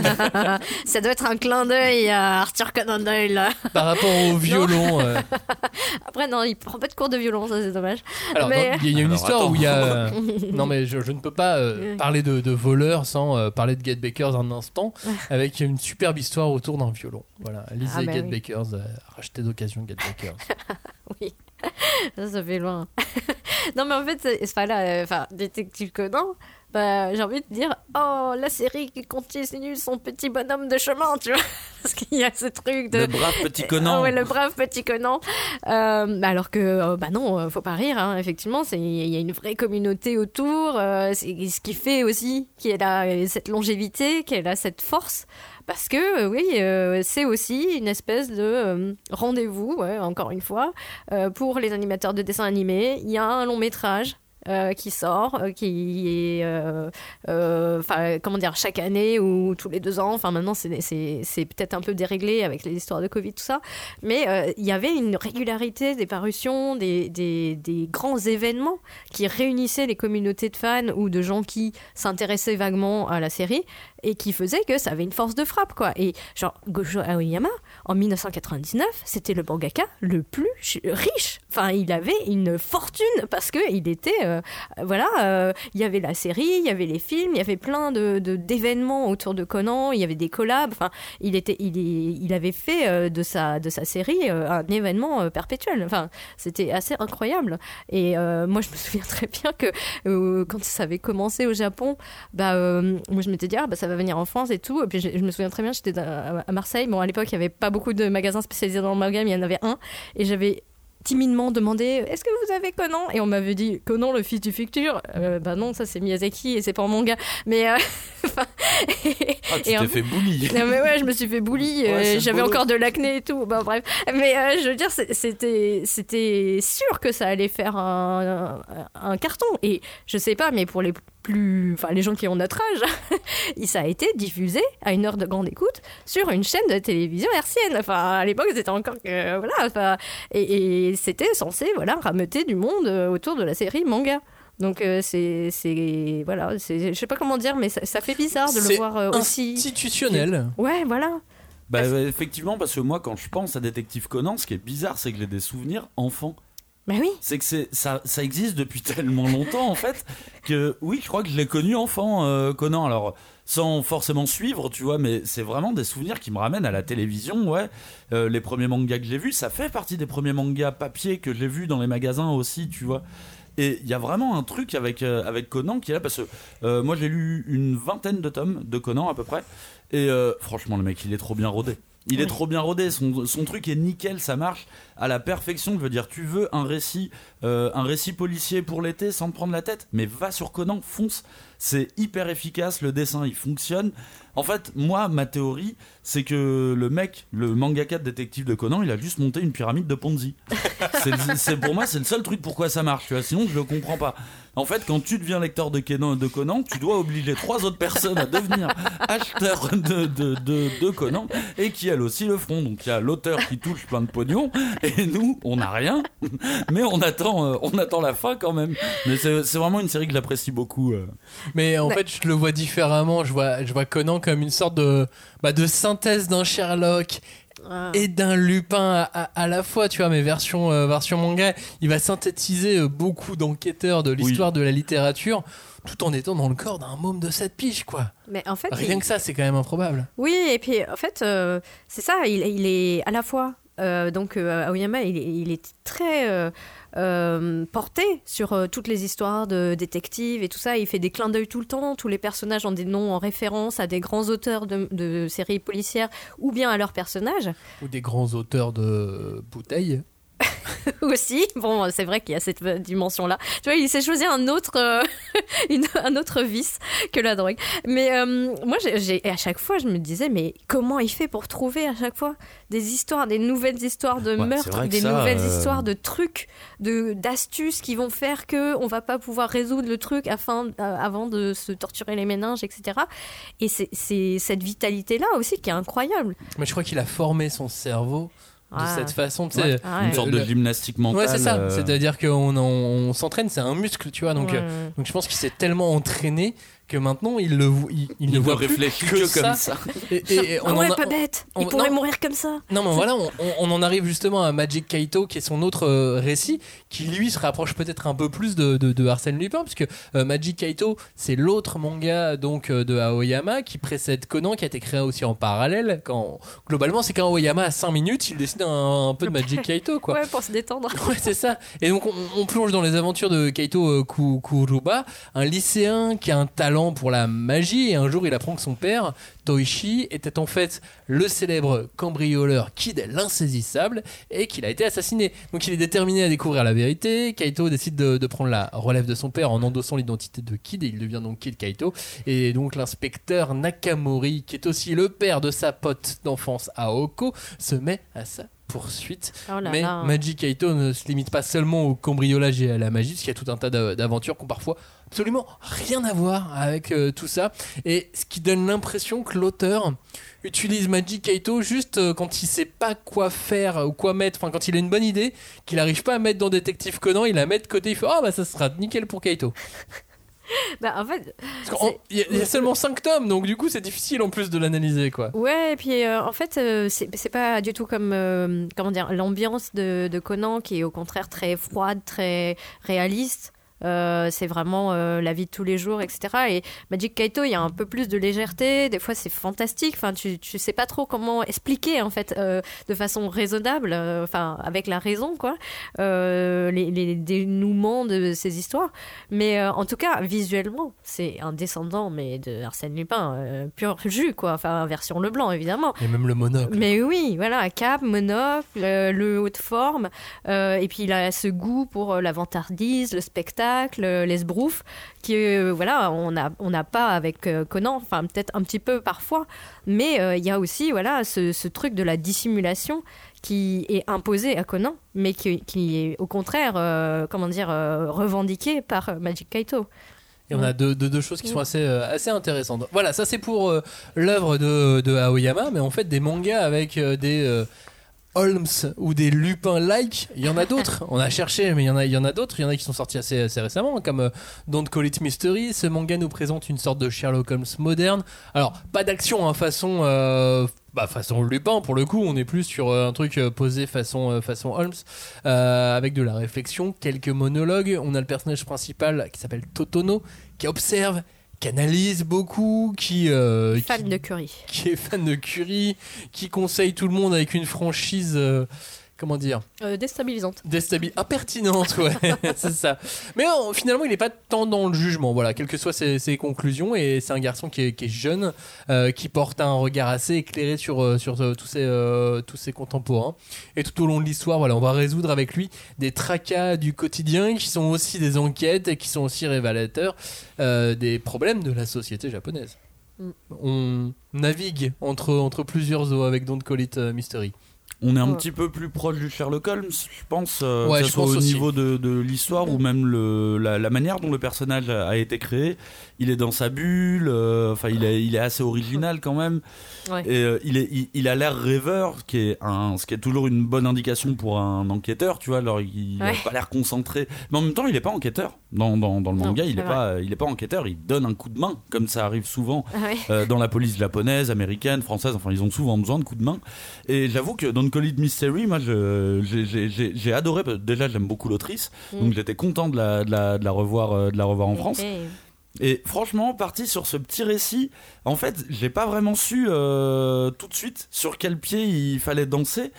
Ça doit être un clin d'œil à Arthur Conan Doyle. Là. Par rapport au violon. euh, Après, non, il prend pas de cours de violon, ça c'est dommage. Alors, Mais- non, il y a une Alors, histoire attends. où il y a. euh, non, mais je, je ne peux pas euh, parler de, de voleurs sans euh, parler de Get Bakers un instant, avec une superbe histoire autour d'un violon. Voilà, lisez Ah, bah Get oui. Bakers, euh, rachetez d'occasion Get Bakers. Oui, ça, ça fait loin. Non, mais en fait, c'est c'est pas là. euh, Enfin, Détective Conan, bah, j'ai envie de dire, oh, la série qui continue son petit bonhomme de chemin, tu vois. Parce qu'il y a ce truc de. Le brave petit Conan. Ah ouais, le brave petit Conan. Euh, alors que, euh, bah non, euh, faut pas rire, hein, effectivement, c'est- il y a une vraie communauté autour. euh, c'est ce qui fait aussi qu'elle a cette longévité, qu'elle a cette force. Parce que, euh, oui, euh, c'est aussi une espèce de euh, rendez-vous, ouais, encore une fois, euh, pour les animateurs de dessins animés. Il y a un long métrage. euh, qui sort, euh, qui est, euh, euh, enfin, comment dire, chaque année ou tous les deux ans. Enfin, maintenant, c'est, c'est, c'est peut-être un peu déréglé avec les histoires de Covid, tout ça. Mais euh, il y avait une régularité des parutions, des, des, des grands événements qui réunissaient les communautés de fans ou de gens qui s'intéressaient vaguement à la série et qui faisaient que ça avait une force de frappe, quoi. Et genre, Gosho Aoyama, en dix-neuf cent quatre-vingt-dix-neuf, c'était le mangaka le plus ch- riche. Enfin, il avait une fortune parce que il était, euh, voilà, euh, il y avait la série, il y avait les films, il y avait plein de, de- d'événements autour de Conan, il y avait des collabs. Enfin, il était, il, est- il avait fait euh, de sa de sa série euh, un événement euh, perpétuel. Enfin, c'était assez incroyable. Et euh, moi, je me souviens très bien que euh, quand ça avait commencé au Japon, bah, euh, moi, je m'étais dit, ah, bah, ça va venir en France et tout. Et puis, je, je me souviens très bien, j'étais à, à Marseille. Bon, à l'époque, il n'y avait pas beaucoup de magasins spécialisés dans le manga, mais il y en avait un. Et j'avais timidement demandé, est-ce que vous avez Conan? Et on m'avait dit, Conan, le fils du futur. Euh, bah non, ça c'est Miyazaki et c'est pas en manga. Mais euh, enfin, et- Ah, tu et en- t'es fait bully. non mais ouais, je me suis fait bully, Ouais, euh, c'est j'avais beau. encore de l'acné et tout, bah bref. Mais euh, je veux dire, c'est- c'était, c'était sûr que ça allait faire un, un, un carton. Et je sais pas, mais pour les plus, enfin les gens qui ont notre âge, ça a été diffusé à une heure de grande écoute sur une chaîne de télévision hertzienne. Enfin, à l'époque, c'était encore que, voilà, enfin, et, et c'était censé, voilà, rameuter du monde euh, autour de la série manga. Donc euh, c'est, c'est, voilà, c'est, je sais pas comment dire, mais ça, ça fait bizarre de C'est le voir euh, aussi. institutionnel. Ouais, voilà. Bah, ouais, effectivement, parce que moi, quand je pense à Détective Conan, ce qui est bizarre, c'est que j'ai des souvenirs enfants. Bah oui. C'est que c'est, ça, ça existe depuis tellement longtemps, en fait, que oui, je crois que je l'ai connu enfant, euh, Conan. Alors, sans forcément suivre, tu vois, mais c'est vraiment des souvenirs qui me ramènent à la télévision, ouais. Euh, les premiers mangas que j'ai vus, ça fait partie des premiers mangas papier que j'ai vus dans les magasins aussi, tu vois. Et il y a vraiment un truc avec, euh, avec Conan qui est là, parce que euh, moi j'ai lu une vingtaine de tomes de Conan à peu près, et euh, franchement le mec il est trop bien rodé. Il est Oui. trop bien rodé, son, son truc est nickel, ça marche à la perfection. Je veux dire, tu veux un récit, euh, un récit policier pour l'été sans te prendre la tête, mais va sur Conan, fonce. C'est hyper efficace, le dessin il fonctionne. En fait, moi, ma théorie, c'est que le mec, le mangaka de détective de Conan, il a juste monté une pyramide de Ponzi. c'est, le- c'est, pour moi, c'est le seul truc pourquoi ça marche, tu vois, sinon je le comprends pas. En fait, quand tu deviens lecteur de Conan, de Conan, tu dois obliger trois autres personnes à devenir acheteurs de, de, de, de Conan, et qui elles aussi le feront. Donc il y a l'auteur qui touche plein de pognon, et nous, on n'a rien, mais on attend, euh, on attend la fin quand même. Mais c'est, c'est vraiment une série que j'apprécie beaucoup. euh. Mais en Ouais. fait, je le vois différemment. Je vois, je vois Conan comme une sorte de, bah, de synthèse d'un Sherlock Ah. et d'un Lupin à, à- à la fois, tu vois, mais version, euh, version manga. Il va synthétiser euh, beaucoup d'enquêteurs de l'histoire de la littérature tout en étant dans le corps d'un môme de sept piges, quoi. Mais en fait, Rien il- que ça, c'est quand même improbable. oui, et puis en fait, euh, c'est ça, il, il est à la fois euh, donc euh, Aoyama, il, il est très euh, euh, porté sur euh, toutes les histoires de détectives et tout ça. Il fait des clins d'œil tout le temps. Tous les personnages ont des noms en référence à des grands auteurs de, de séries policières ou bien à leurs personnages. Ou des grands auteurs de bouteilles. Aussi, bon, c'est vrai qu'il y a cette dimension-là. Tu vois, il s'est choisi un autre, euh, une, un autre vice que la drogue. Mais euh, moi, j'ai, j'ai, à chaque fois, je me disais, mais comment il fait pour trouver à chaque fois des histoires, des nouvelles histoires de Ouais, meurtres, des ça, nouvelles euh... histoires de trucs, de, d'astuces qui vont faire qu'on va pas pouvoir résoudre le truc afin, euh, avant de se torturer les méninges, et cetera. Et c'est, c'est cette vitalité-là aussi qui est incroyable. Mais je crois qu'il a formé son cerveau de Ah. cette façon, tu sais, Ouais. Ah ouais. Une sorte de gymnastique mentale. Ouais, c'est ça. euh, C'est-à-dire qu'on on, on s'entraîne, c'est un muscle, tu vois. Donc, Ouais. euh, donc je pense qu'il s'est tellement entraîné que maintenant il le vo- il, il Il ne ne voit réfléchit plus que, que ça. comme ça. Et, et- et on Ah ouais, en a- pas bête. on- Il pourrait non. mourir comme ça. Non, mais voilà, on, on- on en arrive justement à Magic Kaito, qui est son autre euh, récit, qui lui se rapproche peut-être un peu plus de, de, de Arsène Lupin, puisque euh, Magic Kaito, c'est l'autre manga donc euh, de Aoyama qui précède Conan, qui a été créé aussi en parallèle. Quand globalement, c'est quand Aoyama a cinq minutes, il dessine un, un peu de Magic Kaito, quoi. Ouais, pour se détendre. Ouais, c'est ça. Et donc, on, on plonge dans les aventures de Kaito euh, Ku- Kuruba, un lycéen qui a un talent pour la magie. Et un jour, il apprend que son père, Toichi, était en fait le célèbre cambrioleur Kid l'insaisissable et qu'il a été assassiné. Donc, il est déterminé à découvrir la vérité. Kaito décide de, de prendre la relève de son père en endossant l'identité de Kid et il devient donc Kid Kaito. Et donc, l'inspecteur Nakamori, qui est aussi le père de sa pote d'enfance Aoko, se met à sa poursuite. Oh là Mais là. Magic Kaito ne se limite pas seulement au cambriolage et à la magie, parce qu'il y a tout un tas d'a- d'aventures qui ont parfois absolument rien à voir avec euh, tout ça. Et ce qui donne l'impression que l'auteur utilise Magic Kaito juste euh, quand il sait pas quoi faire ou quoi mettre, enfin quand il a une bonne idée, qu'il n'arrive pas à mettre dans Détective Conan, il la met de côté, il fait ah bah ça sera nickel pour Kaito. Bah, en fait, Parce qu'en- Il y, a- il y a seulement cinq tomes, donc du coup c'est difficile en plus de l'analyser, quoi. ouais, et puis euh, en fait, euh, c'est, c'est pas du tout comme euh, comment dire, l'ambiance de, de Conan qui est au contraire très froide, très réaliste. Euh, c'est vraiment euh, la vie de tous les jours, et cetera. Et Magic Kaito, il y a un peu plus de légèreté. Des fois, c'est fantastique. Enfin, tu, tu sais pas trop comment expliquer en fait, euh, de façon raisonnable, euh, enfin avec la raison, quoi, euh, les, les dénouements de ces histoires. Mais euh, en tout cas, visuellement, c'est un descendant, mais de Arsène Lupin, euh, pur jus, quoi. Enfin, version Leblanc, évidemment. Et même le monocle. Mais oui, voilà, cap, monocle, euh, le haut de forme, euh, et puis il a ce goût pour euh, la vantardise, le spectacle, euh, les sbroufs, qui, euh, voilà, on n'a on n'a pas avec euh, Conan, enfin peut-être un petit peu parfois, mais euh, il y a aussi, voilà, ce, ce truc de la dissimulation qui est imposé à Conan, mais qui, qui est au contraire, euh, comment dire, euh, revendiqué par euh, Magic Kaito. Et on a deux, deux, deux choses qui sont assez, euh, assez intéressantes. Voilà, ça c'est pour euh, l'œuvre de, de Aoyama, mais en fait des mangas avec euh, des euh, Holmes ou des Lupin-like, il y en a d'autres. On a cherché, mais il y en a, il y en a d'autres. Il y en a qui sont sortis assez, assez récemment, comme euh, Don't Call It Mystery. Ce manga nous présente une sorte de Sherlock Holmes moderne. Alors, pas d'action, hein, façon... Euh, Bah, façon Lupin, pour le coup, on est plus sur euh, un truc euh, posé façon, euh, façon Holmes, euh, avec de la réflexion, quelques monologues. On a le personnage principal qui s'appelle Totono, qui observe, qui analyse beaucoup, qui, euh, Fan qui, de curry. qui est fan de curry, qui conseille tout le monde avec une franchise, euh, comment dire, Euh, déstabilisante. déstabil, impertinente, ouais, c'est ça. Mais euh, finalement, il n'est pas tant dans le jugement, voilà, quelles que soient ses, ses conclusions. Et c'est un garçon qui est, qui est jeune, euh, qui porte un regard assez éclairé sur, euh, sur euh, tous, ses, euh, tous ses contemporains. Et tout au long de l'histoire, voilà, on va résoudre avec lui des tracas du quotidien qui sont aussi des enquêtes et qui sont aussi révélateurs euh, des problèmes de la société japonaise. Mm. On navigue entre, entre plusieurs eaux avec Don't Call It Mystery. On est un Ouais. petit peu plus proche du Sherlock Holmes, je pense, euh, Ouais, que je ce soit pense au aussi. niveau de, de l'histoire ou même le, la, la manière dont le personnage a, a été créé. Il est dans sa bulle, euh, enfin il est, il est assez original quand même. Ouais. Et euh, il, est, il, il a l'air rêveur, ce qui, est un, ce qui est toujours une bonne indication pour un enquêteur, tu vois. Alors il n'a Ouais. pas l'air concentré, mais en même temps il n'est pas enquêteur. Dans, dans, dans le Non, manga, il c'est n'est vrai. pas, il est pas enquêteur, il donne un coup de main, comme ça arrive souvent Ah ouais. euh, dans la police japonaise, américaine, française, enfin ils ont souvent besoin de coups de main. Et j'avoue que Don't Call It Mystery, moi je- j'ai- j'ai j'ai- j'ai adoré, parce que déjà j'aime beaucoup l'autrice, Mm. donc j'étais content de la, de la, de la revoir, euh, de la revoir en France. Et- Et franchement, parti sur ce petit récit, en fait, j'ai pas vraiment su euh, tout de suite sur quel pied il fallait danser.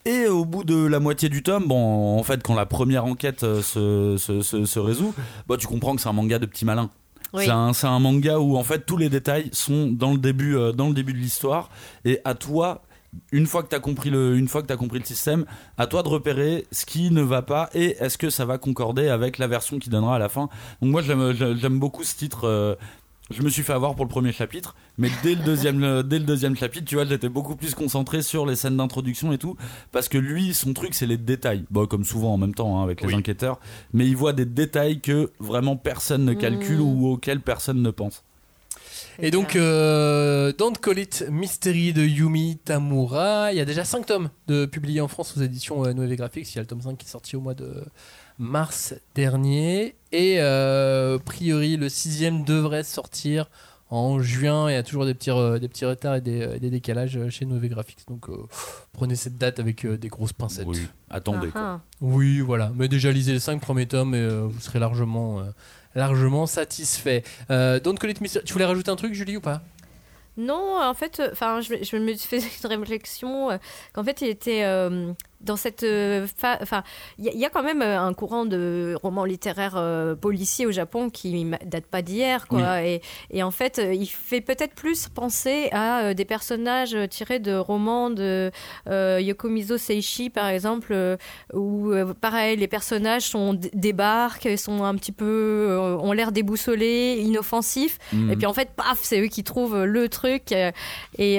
Et au bout de la moitié du tome, bon, en fait, quand la première enquête euh, se, se, se, se résout, bah, tu comprends que c'est un manga de petits malins. Oui. C'est, un, c'est un manga où en fait tous les détails sont dans le début, euh, dans le début de l'histoire, et à toi, une fois que t'as compris le, une fois que t'as compris le système, à toi de repérer ce qui ne va pas et est-ce que ça va concorder avec la version qui donnera à la fin. Donc moi j'aime, j'aime beaucoup ce titre. Euh, Je me suis fait avoir pour le premier chapitre, mais dès le deuxième, dès le deuxième chapitre, tu vois, j'étais beaucoup plus concentré sur les scènes d'introduction et tout, parce que lui, son truc, c'est les détails. Bon, comme souvent en même temps, hein, avec les oui. enquêteurs, mais il voit des détails que vraiment personne ne calcule mmh. ou auxquels personne ne pense. Et donc, euh, Don't Call It Mystery de Yumi Tamura, il y a déjà cinq tomes de publiés en France aux éditions euh, Noévé Graphics. Il y a le tome cinq qui est sorti au mois de mars dernier. Et euh, a priori, le sixième devrait sortir en juin. Il y a toujours des petits, euh, des petits retards et des, des décalages chez Noévé Graphics. Donc, euh, prenez cette date avec euh, des grosses pincettes. Oui, attendez. Quoi. Oui, voilà. Mais déjà, lisez les cinq premiers tomes et euh, vous serez largement... Euh, largement satisfait. Euh, Don't Call It Mystery. Tu voulais rajouter un truc, Julie, ou pas ? Non, en fait, enfin, je, je me faisais une réflexion euh, qu'en fait, il était euh, dans cette, enfin, euh, il y, y a quand même un courant de romans littéraires euh, policiers au Japon qui date pas d'hier, quoi. Oui. Et, et en fait, il fait peut-être plus penser à euh, des personnages tirés de romans de euh, Yokomizo Seishi, par exemple, euh, où euh, pareil, les personnages sont débarquent, sont un petit peu, euh, ont l'air déboussolés, inoffensifs, mmh. et puis en fait, paf, c'est eux qui trouvent le truc. Et, euh, et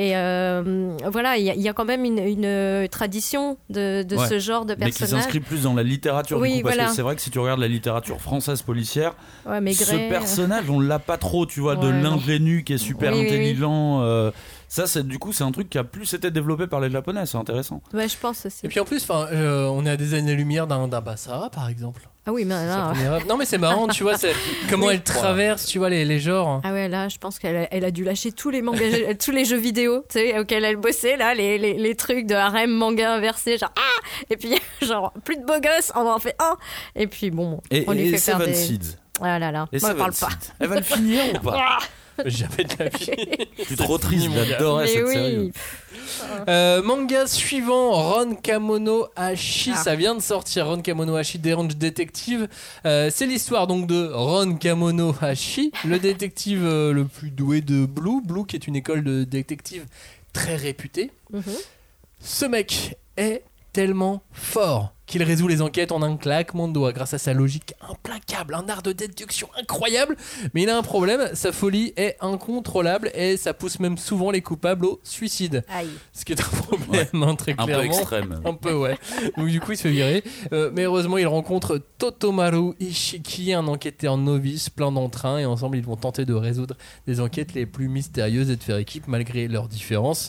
euh, voilà, il y, y a quand même une, une tradition de, de ouais, ce genre de personnages. Mais qui s'inscrit plus dans la littérature, oui, du coup, parce voilà. que c'est vrai que si tu regardes la littérature française policière, ouais, Maigret, ce personnage, on l'a pas trop, tu vois, ouais, de l'ingénu qui est super oui, intelligent. Oui, oui. Euh, ça, c'est, du coup, c'est un truc qui a plus été développé par les Japonais, c'est intéressant. Ouais, je pense aussi. Et puis en plus, euh, on est à des années-lumière d'un, d'un Basara, par exemple. Ah oui, mais là... Non, mais c'est marrant, tu vois, c'est comment oui. elle traverse, tu vois, les, les genres. Ah ouais, là, je pense qu'elle a, elle a dû lâcher tous les mangas, tous les jeux vidéo, tu sais, auxquels elle bossait, là, les, les, les trucs de harem manga inversé, genre, ah et puis, genre, plus de beaux gosses, on en fait un. Et puis, bon, et, on lui et fait faire Seven des... Seeds. Ah là là, et moi, je parle pas. Elle va le finir ou pas? Jamais de la vie. Je suis trop triste, j'adorais cette oui. série. Euh, manga suivant, Ron Kamono Hashi, ah. ça vient de sortir. Ron Kamono Hashi, Derange Detective. Euh, c'est l'histoire donc de Ron Kamono Hashi, le détective euh, le plus doué de Blue, Blue qui est une école de détective très réputée. Mm-hmm. Ce mec est tellement fort qu'il résout les enquêtes en un claquement de doigts grâce à sa logique implacable, un art de déduction incroyable, mais il a un problème, sa folie est incontrôlable et ça pousse même souvent les coupables au suicide. Aïe. Ce qui est un problème, ouais. hein, très clairement. Un peu extrême. Un peu, ouais. Donc du coup, il se fait virer. Euh, mais heureusement, il rencontre Totomaru Ishiki, un enquêteur novice plein d'entrain, et ensemble, ils vont tenter de résoudre les enquêtes les plus mystérieuses et de faire équipe malgré leurs différences.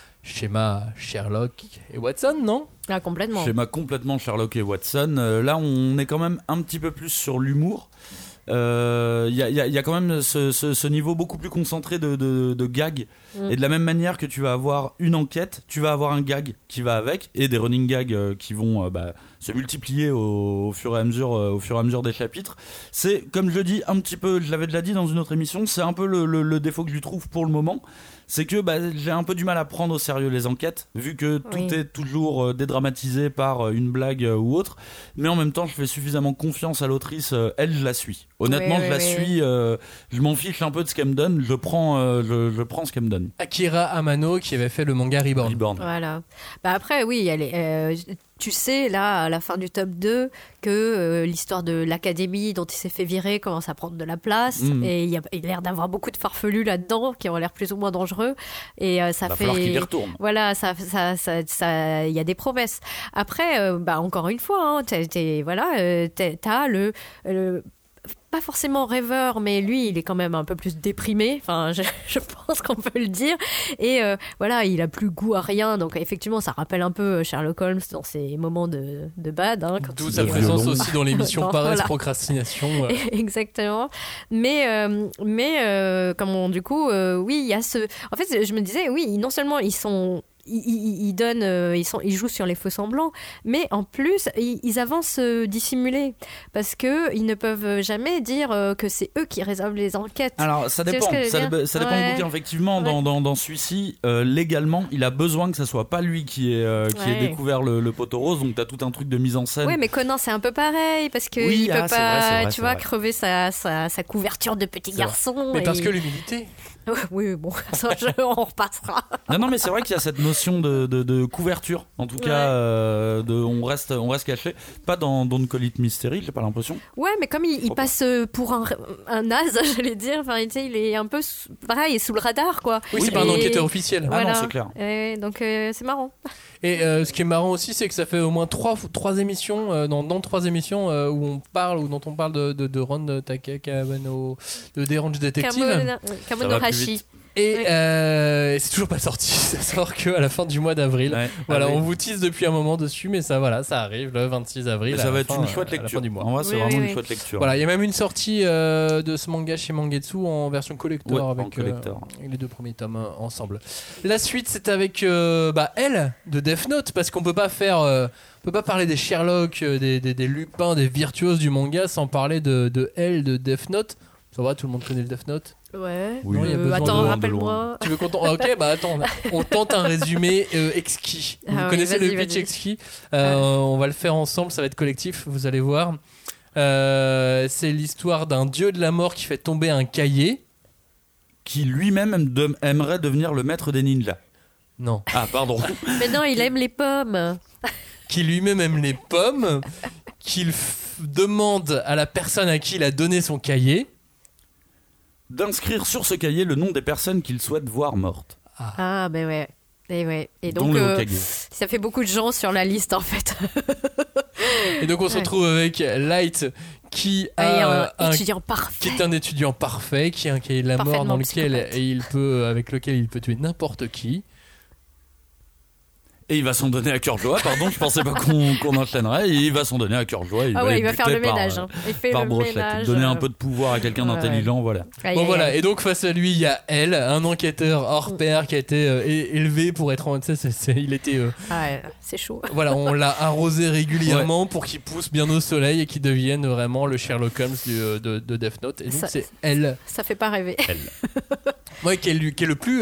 Schéma Sherlock et Watson, non ? Ah, complètement. Schéma complètement Sherlock et Watson. Euh, là, on est quand même un petit peu plus sur l'humour. Il euh, y, y, y a quand même ce, ce, ce niveau beaucoup plus concentré de, de, de gag. Mm. Et de la même manière que tu vas avoir une enquête, tu vas avoir un gag qui va avec, et des running gags euh, qui vont euh, bah, se multiplier au, au, fur et à mesure, euh, au fur et à mesure des chapitres. C'est, comme je le dis un petit peu, je l'avais déjà dit dans une autre émission, c'est un peu le, le, le défaut que je lui trouve pour le moment. C'est que bah, j'ai un peu du mal à prendre au sérieux les enquêtes, vu que tout oui. est toujours euh, dédramatisé par euh, une blague euh, ou autre. Mais en même temps, je fais suffisamment confiance à l'autrice. Euh, elle, je la suis. Honnêtement, oui, je oui, la oui. suis. Euh, je m'en fiche un peu de ce qu'elle me donne. Je prends, euh, je, je prends ce qu'elle me donne. Akira Amano, qui avait fait le manga Reborn. Reborn. Voilà. Bah après, oui, elle est... Euh, tu sais, là, à la fin du tome deux, que euh, l'histoire de l'académie dont il s'est fait virer commence à prendre de la place. Mmh. Et il y a, il a l'air d'avoir beaucoup de farfelus là-dedans qui ont l'air plus ou moins dangereux. Et euh, ça va fait. falloir qu'il y retourne. Voilà, ça, ça, ça, ça, il y a des promesses. Après, euh, bah, encore une fois, hein, t'es, t'es, voilà, euh, t'es, t'as le. le pas forcément rêveur, mais lui, il est quand même un peu plus déprimé. Enfin, je, je pense qu'on peut le dire. Et euh, voilà, il a plus goût à rien. Donc, effectivement, ça rappelle un peu Sherlock Holmes dans ses moments de, de bad. Hein, D'où sa présence aussi dans l'émission Paresse voilà. Procrastination. Ouais. Exactement. Mais, euh, mais euh, comme on, du coup, euh, oui, il y a ce. En fait, je me disais, oui, non seulement ils sont. ils, ils, ils donnent, euh, ils, sont, ils jouent sur les faux semblants, mais en plus, ils, ils avancent euh, dissimulés parce qu'ils ne peuvent jamais dire euh, que c'est eux qui résolvent les enquêtes. Alors, ça dépend, ça, dé- ça dépend ouais. du bouquin. Effectivement, ouais. dans, dans, dans celui-ci, euh, légalement, il a besoin que ça soit pas lui qui ait, euh, qui ouais. ait découvert le, le poteau rose, donc t'as tout un truc de mise en scène. Oui, mais Conan, c'est un peu pareil parce qu'il oui, ne ah, peut c'est pas, vrai, c'est vrai, tu c'est vois, vrai. crever sa, sa, sa couverture de petit C'est garçon. Mais et... parce que l'humilité. Oui, bon, ça, je, on repassera. Non, non, mais c'est vrai qu'il y a cette notion de, de, de couverture, en tout cas, Ouais. euh, de, on, reste, on reste caché. Pas dans Don't Call It Mystery, j'ai pas l'impression. Ouais, mais comme il, il passe pour un, un naze, j'allais dire, enfin, tu sais, il est un peu sous, pareil, sous le radar, quoi. Oui, c'est Et- pas un enquêteur officiel. Ah non, c'est clair. Et donc, euh, c'est marrant. Et euh, ce qui est marrant aussi, c'est que ça fait au moins trois, trois émissions, euh, dans, dans trois émissions euh, où on parle, ou dont on parle de, de, de Ron Takakabano, de Derange Detective. Kamono- Kamono Ça va plus Hashi. vite. Et Ouais. euh, c'est toujours pas sorti, ça sort que à la fin du mois d'avril. Ouais. Voilà, Ah oui. on vous tease depuis un moment dessus, mais ça, voilà, ça arrive le vingt-six avril. Et à ça la va être fin, une chouette à la lecture. fin du mois. En vrai, c'est Oui, vraiment oui, une oui. chouette lecture. Voilà, il y a même une sortie euh, de ce manga chez Mangetsu en version collector Ouais, en avec, collector. euh, avec les deux premiers tomes euh, ensemble. La suite, c'est avec euh, bah, elle de Death Note, parce qu'on peut pas faire, euh, on peut pas parler des Sherlock, euh, des, des, des Lupin, des virtuoses du manga sans parler de, de elle de Death Note. Ça va, tout le monde connaît le Death Note. Ouais. Oui, Non, il y a Euh, besoin attends, de- rappelle-moi. Tu veux qu'on t'en- Ok, bah attends, on tente un résumé euh, exquis. Vous Ah oui, connaissez le vas-y, pitch vas-y. exquis. Euh, On va le faire ensemble, ça va être collectif, vous allez voir. Euh, c'est l'histoire d'un dieu de la mort qui fait tomber un cahier. Qui lui-même aime de- aimerait devenir le maître des ninjas. Non. Ah, pardon. Mais non, il aime les pommes. Qui lui-même aime les pommes. Qu'il f- demande à la personne à qui il a donné son cahier. D'inscrire sur ce cahier le nom des personnes qu'il souhaite voir mortes. Ah, ben ouais. Et ouais. Et Dont donc, le euh, Hokage. ça fait beaucoup de gens sur la liste, en fait. Et donc on se Ouais. retrouve avec Light qui Et a un un étudiant qui parfait. est un étudiant parfait, qui a un cahier de la mort Parfaitement dans lequel psychopathe. et il peut, avec lequel il peut tuer n'importe qui. Et il va s'en donner à cœur joie, pardon, je pensais pas qu'on qu'on enchaînerait. Et il va s'en donner à cœur joie. Ah va ouais, les il va faire buter le par, ménage. euh, hein. Il fait Par le brochette. ménage. Donner un euh, peu de pouvoir à quelqu'un ouais, d'intelligent, voilà. aïe, Bon aïe, voilà, aïe. et donc face à lui il y a elle, un enquêteur hors pair qui a été euh, é- élevé pour être en... tu sais, c'est- c'est- il était... euh, Ah ouais, c'est chaud. voilà, on l'a arrosé régulièrement pour qu'il pousse bien au soleil et qu'il devienne vraiment le Sherlock Holmes du, euh, de, de Death Note. Et donc Ça- c'est elle, Ça fait pas rêver. ouais, qui, est, lui- qui est le plus,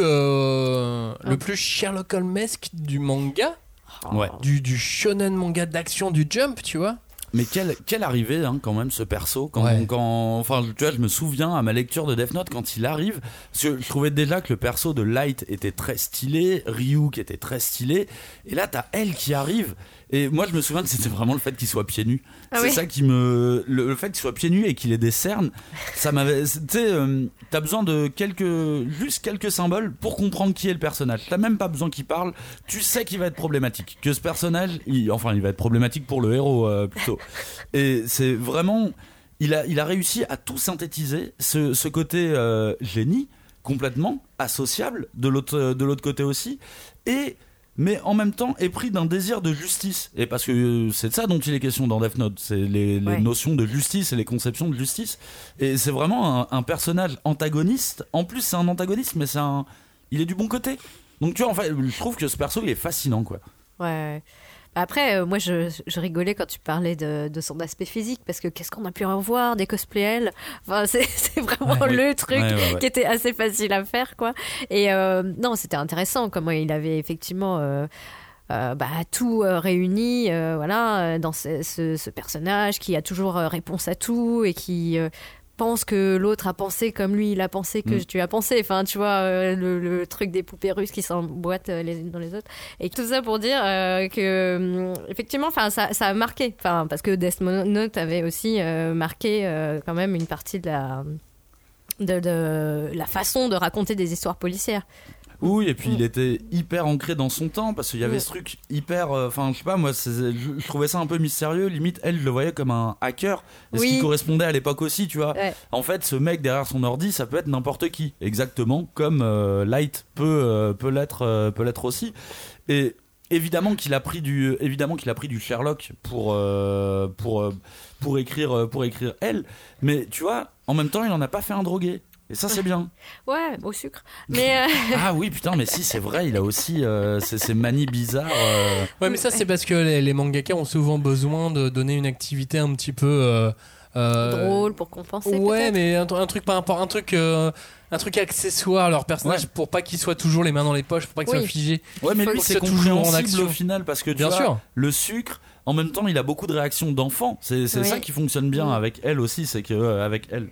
euh, Ah. le plus Sherlock Holmesque du manga, Ouais. du, du shonen manga d'action du Jump, tu vois. Mais quelle, quelle arrivée, hein, quand même, ce perso. Quand, Ouais. quand, enfin, tu vois, je me souviens à ma lecture de Death Note quand il arrive. Parce que je trouvais déjà que le perso de Light était très stylé, Ryu qui était très stylé. Et là, t'as elle qui arrive. Et moi, je me souviens que c'était vraiment le fait qu'il soit pieds nus. Ah c'est oui. ça qui me. Le, le fait qu'il soit pieds nus et qu'il ait des cernes, ça m'avait. Tu sais, euh, t'as besoin de quelques. Juste quelques symboles pour comprendre qui est le personnage. T'as même pas besoin qu'il parle. Tu sais qu'il va être problématique. Que ce personnage. Il, enfin, il va être problématique pour le héros, euh, plutôt. Et c'est vraiment. Il a, il a réussi à tout synthétiser. Ce, ce côté euh, génie, complètement associable, de l'autre, de l'autre côté aussi. Et. Mais en même temps est pris d'un désir de justice. Et parce que euh, c'est de ça dont il est question dans Death Note, c'est les, les Ouais. notions de justice et les conceptions de justice. Et c'est vraiment un, un personnage antagoniste. En plus, c'est un antagoniste, mais c'est un, il est du bon côté. Donc tu vois, en fait, je trouve que ce perso, il est fascinant, quoi. Ouais. Après, euh, moi, je, je rigolais quand tu parlais de, de son aspect physique, parce que qu'est-ce qu'on a pu en voir, des cosplays, elle. Enfin, c'est, c'est vraiment Ouais, le oui. truc Ouais, ouais, ouais. qui était assez facile à faire, quoi. Et euh, non, c'était intéressant comment il avait effectivement euh, euh, bah, tout euh, réuni, euh, voilà, euh, dans ce, ce, ce personnage qui a toujours euh, réponse à tout et qui euh, pense que l'autre a pensé comme lui il a pensé que Mm. tu as pensé, enfin tu vois euh, le, le truc des poupées russes qui s'emboîtent euh, les unes dans les autres, et tout ça pour dire euh, que hum, effectivement enfin ça, ça a marqué, enfin parce que Death Note avait aussi euh, marqué euh, quand même une partie de la de, de la façon de raconter des histoires policières. Oui, et puis Mm. il était hyper ancré dans son temps parce qu'il y avait Mm. ce truc hyper. Enfin, je sais pas, moi, c'est- je, je trouvais ça un peu mystérieux. Limite, elle, je le voyais comme un hacker. Et ce Oui. qui correspondait à l'époque aussi, tu vois. Ouais. En fait, ce mec derrière son ordi, ça peut être n'importe qui. Exactement comme euh, Light peut, euh, peut l'être euh, peut l'être aussi. Et. Évidemment qu'il a pris du, évidemment qu'il a pris du Sherlock pour, euh, pour, euh, pour, écrire, pour écrire elle, mais tu vois, en même temps, il en a pas fait un drogué. Et ça, c'est bien. Ouais, au sucre. Mais euh... Ah oui, putain, mais si, c'est vrai, il a aussi euh, ces, ces manies bizarres. Euh... Ouais, mais ça, c'est parce que les, les mangaka ont souvent besoin de donner une activité un petit peu. Euh, euh... drôle pour compenser. Ouais, peut-être. mais un, un truc par rapport, un truc. Euh... Un truc accessoire à leur personnage ouais. pour pas qu'ils soient toujours les mains dans les poches, pour pas qu'ils oui. soient figés. Ouais, mais lui, c'est compréhensible au final parce que tu bien vois, sûr. le sucre, en même temps, il a beaucoup de réactions d'enfants. C'est, c'est oui. ça qui fonctionne bien mmh. avec elle aussi, c'est que euh, avec elle.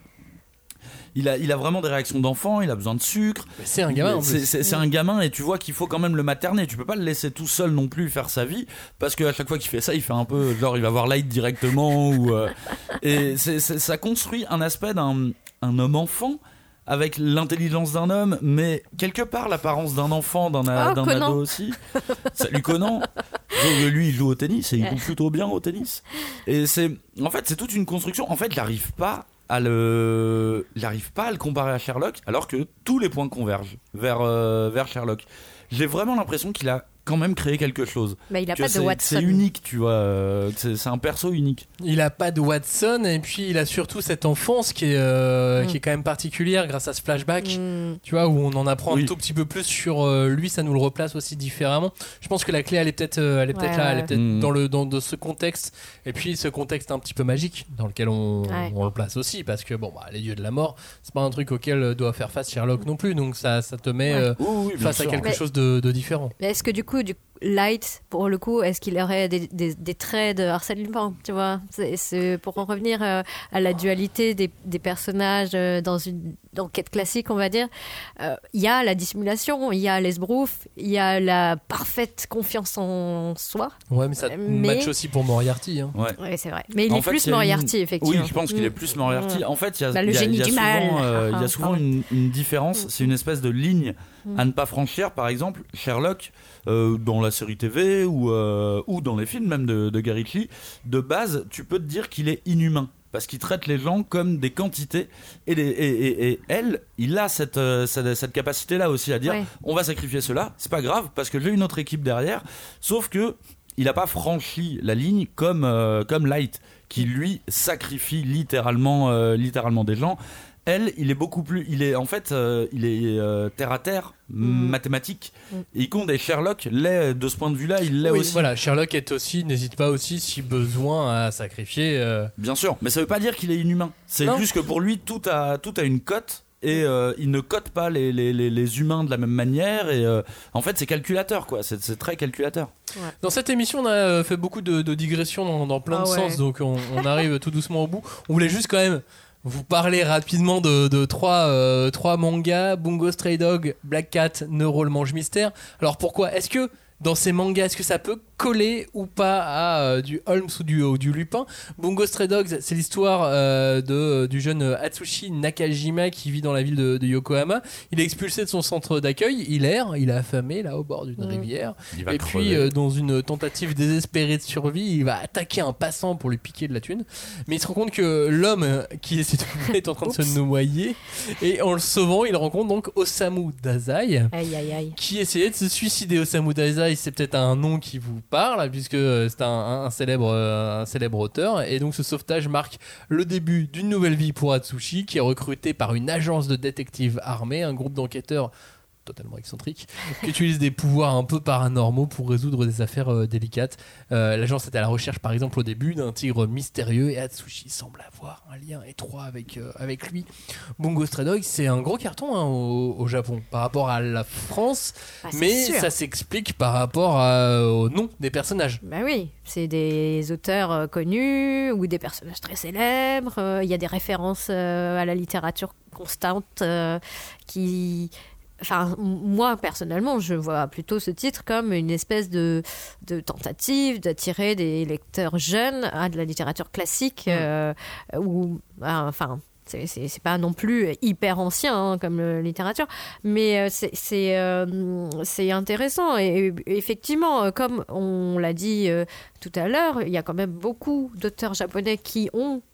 Il a, il a vraiment des réactions d'enfant, il a besoin de sucre. Mais c'est un gamin. En c'est, plus. C'est, c'est un gamin et tu vois qu'il faut quand même le materner. Tu peux pas le laisser tout seul non plus faire sa vie parce qu'à chaque fois qu'il fait ça, il fait un peu genre il va voir Light directement ou euh, et c'est, c'est, ça construit un aspect d'un un homme enfant. Avec l'intelligence d'un homme, mais quelque part l'apparence d'un enfant, d'un, a, oh, d'un ado aussi. Salut Conan. Donc, lui, il joue au tennis et il joue plutôt bien au tennis. Et c'est, en fait, c'est toute une construction. En fait, il n'arrive pas à le, il n'arrive pas à le comparer à Sherlock, alors que tous les points convergent vers euh, vers Sherlock. J'ai vraiment l'impression qu'il a quand même créé quelque chose. Mais il a que pas de c'est, Watson. C'est unique, tu vois. Euh, c'est, c'est un perso unique. Il a pas de Watson et puis il a surtout cette enfance qui est euh, mm. qui est quand même particulière grâce à ce flashback. Mm. Tu vois où on en apprend oui. un tout petit peu plus sur euh, lui, ça nous le replace aussi différemment. Je pense que la clé elle est peut-être euh, elle est peut-être ouais, là, ouais. elle est peut-être mm. dans le dans de ce contexte et puis ce contexte un petit peu magique dans lequel on, ouais. on le place aussi parce que bon bah les dieux de la mort, c'est pas un truc auquel doit faire face Sherlock non plus donc ça ça te met ouais. euh, oui, oui, face à quelque mais, chose de, de différent. Mais est-ce que du coup du Light, pour le coup, est-ce qu'il aurait des, des, des traits de Arsène Lupin, tu vois, c'est, c'est pour en revenir euh, à la dualité des, des personnages euh, dans une enquête classique, on va dire. Il euh, y a la dissimulation, il y a l'esbrouf, il y a la parfaite confiance en soi. Ouais, mais ça mais... match aussi pour Moriarty. Hein. Ouais. ouais, c'est vrai. Mais il en est fait, plus y Moriarty, une... effectivement. Oui, je pense qu'il est plus Moriarty. Mmh. En fait, il y a, bah, le y a, génie y a du souvent, mal. euh, il y a souvent une, une différence. C'est une espèce de ligne à ne pas franchir. Par exemple, Sherlock, euh, dans la série T V ou, euh, ou dans les films même de, de Gary Ritchie, de base, tu peux te dire qu'il est inhumain. Parce qu'il traite les gens comme des quantités. Et, les, et, et, et elle, il a cette, euh, cette, cette capacité-là aussi à dire ouais. on va sacrifier cela, c'est pas grave, parce que j'ai une autre équipe derrière. Sauf que il n'a pas franchi la ligne comme, euh, comme Light, qui lui sacrifie littéralement, euh, littéralement des gens. Elle, il est beaucoup plus. Il est en fait, euh, il est euh, terre à terre, mmh. mathématique. Mmh. Et il compte. Et Sherlock l'est de ce point de vue-là, il l'est oui, aussi. Voilà, Sherlock est aussi, n'hésite pas aussi si besoin à sacrifier. Euh... Bien sûr, mais ça veut pas dire qu'il est inhumain. C'est non. juste que pour lui, tout a tout a une cote. Et euh, il ne cote pas les, les, les, les humains de la même manière. Et euh, en fait, c'est calculateur, quoi. C'est, c'est très calculateur. Ouais. Dans cette émission, on a fait beaucoup de, de digressions dans, dans plein ah de ouais. sens. Donc, on, on arrive tout doucement au bout. On voulait juste quand même vous parler rapidement de, de trois, euh, trois mangas: Bungo Stray Dog, Black Cat, Neuro le Mange Mystère. Alors pourquoi ? Est-ce que dans ces mangas, est-ce que ça peut coller ou pas à euh, du Holmes ou du, ou du Lupin ? Bungo Stray Dogs, c'est l'histoire euh, de, du jeune Atsushi Nakajima qui vit dans la ville de, de Yokohama. Il est expulsé de son centre d'accueil, il erre, il est affamé là au bord d'une mmh. rivière. Et puis euh, dans une tentative désespérée de survie, il va attaquer un passant pour lui piquer de la thune. Mais il se rend compte que l'homme qui est, est en train de se noyer, et en le sauvant, il rencontre donc Osamu Dazai, aïe, aïe, aïe. qui essayait de se suicider. Osamu Dazai, c'est peut-être un nom qui vous parle puisque c'est un, un, célèbre, un célèbre auteur, et donc ce sauvetage marque le début d'une nouvelle vie pour Atsushi, qui est recruté par une agence de détectives armés, un groupe d'enquêteurs totalement excentrique, qui utilise des pouvoirs un peu paranormaux pour résoudre des affaires euh, délicates. Euh, l'agence est à la recherche, par exemple, au début, d'un tigre mystérieux, et Atsushi semble avoir un lien étroit avec, euh, avec lui. Bungo Stray Dogs, c'est un gros carton hein, au, au Japon par rapport à la France, ah, mais sûr. Ça s'explique par rapport à, au nom des personnages. Bah oui, c'est des auteurs euh, connus ou des personnages très célèbres. Il euh, y a des références euh, à la littérature constante euh, qui... Enfin, moi, personnellement, je vois plutôt ce titre comme une espèce de, de tentative d'attirer des lecteurs jeunes à de la littérature classique, mmh. euh, ou, euh, enfin, c'est, c'est, c'est pas non plus hyper ancien hein, comme euh, littérature, mais euh, c'est, c'est, euh, c'est intéressant. Et, et effectivement, comme on l'a dit euh, tout à l'heure, il y a quand même beaucoup d'auteurs japonais qui ont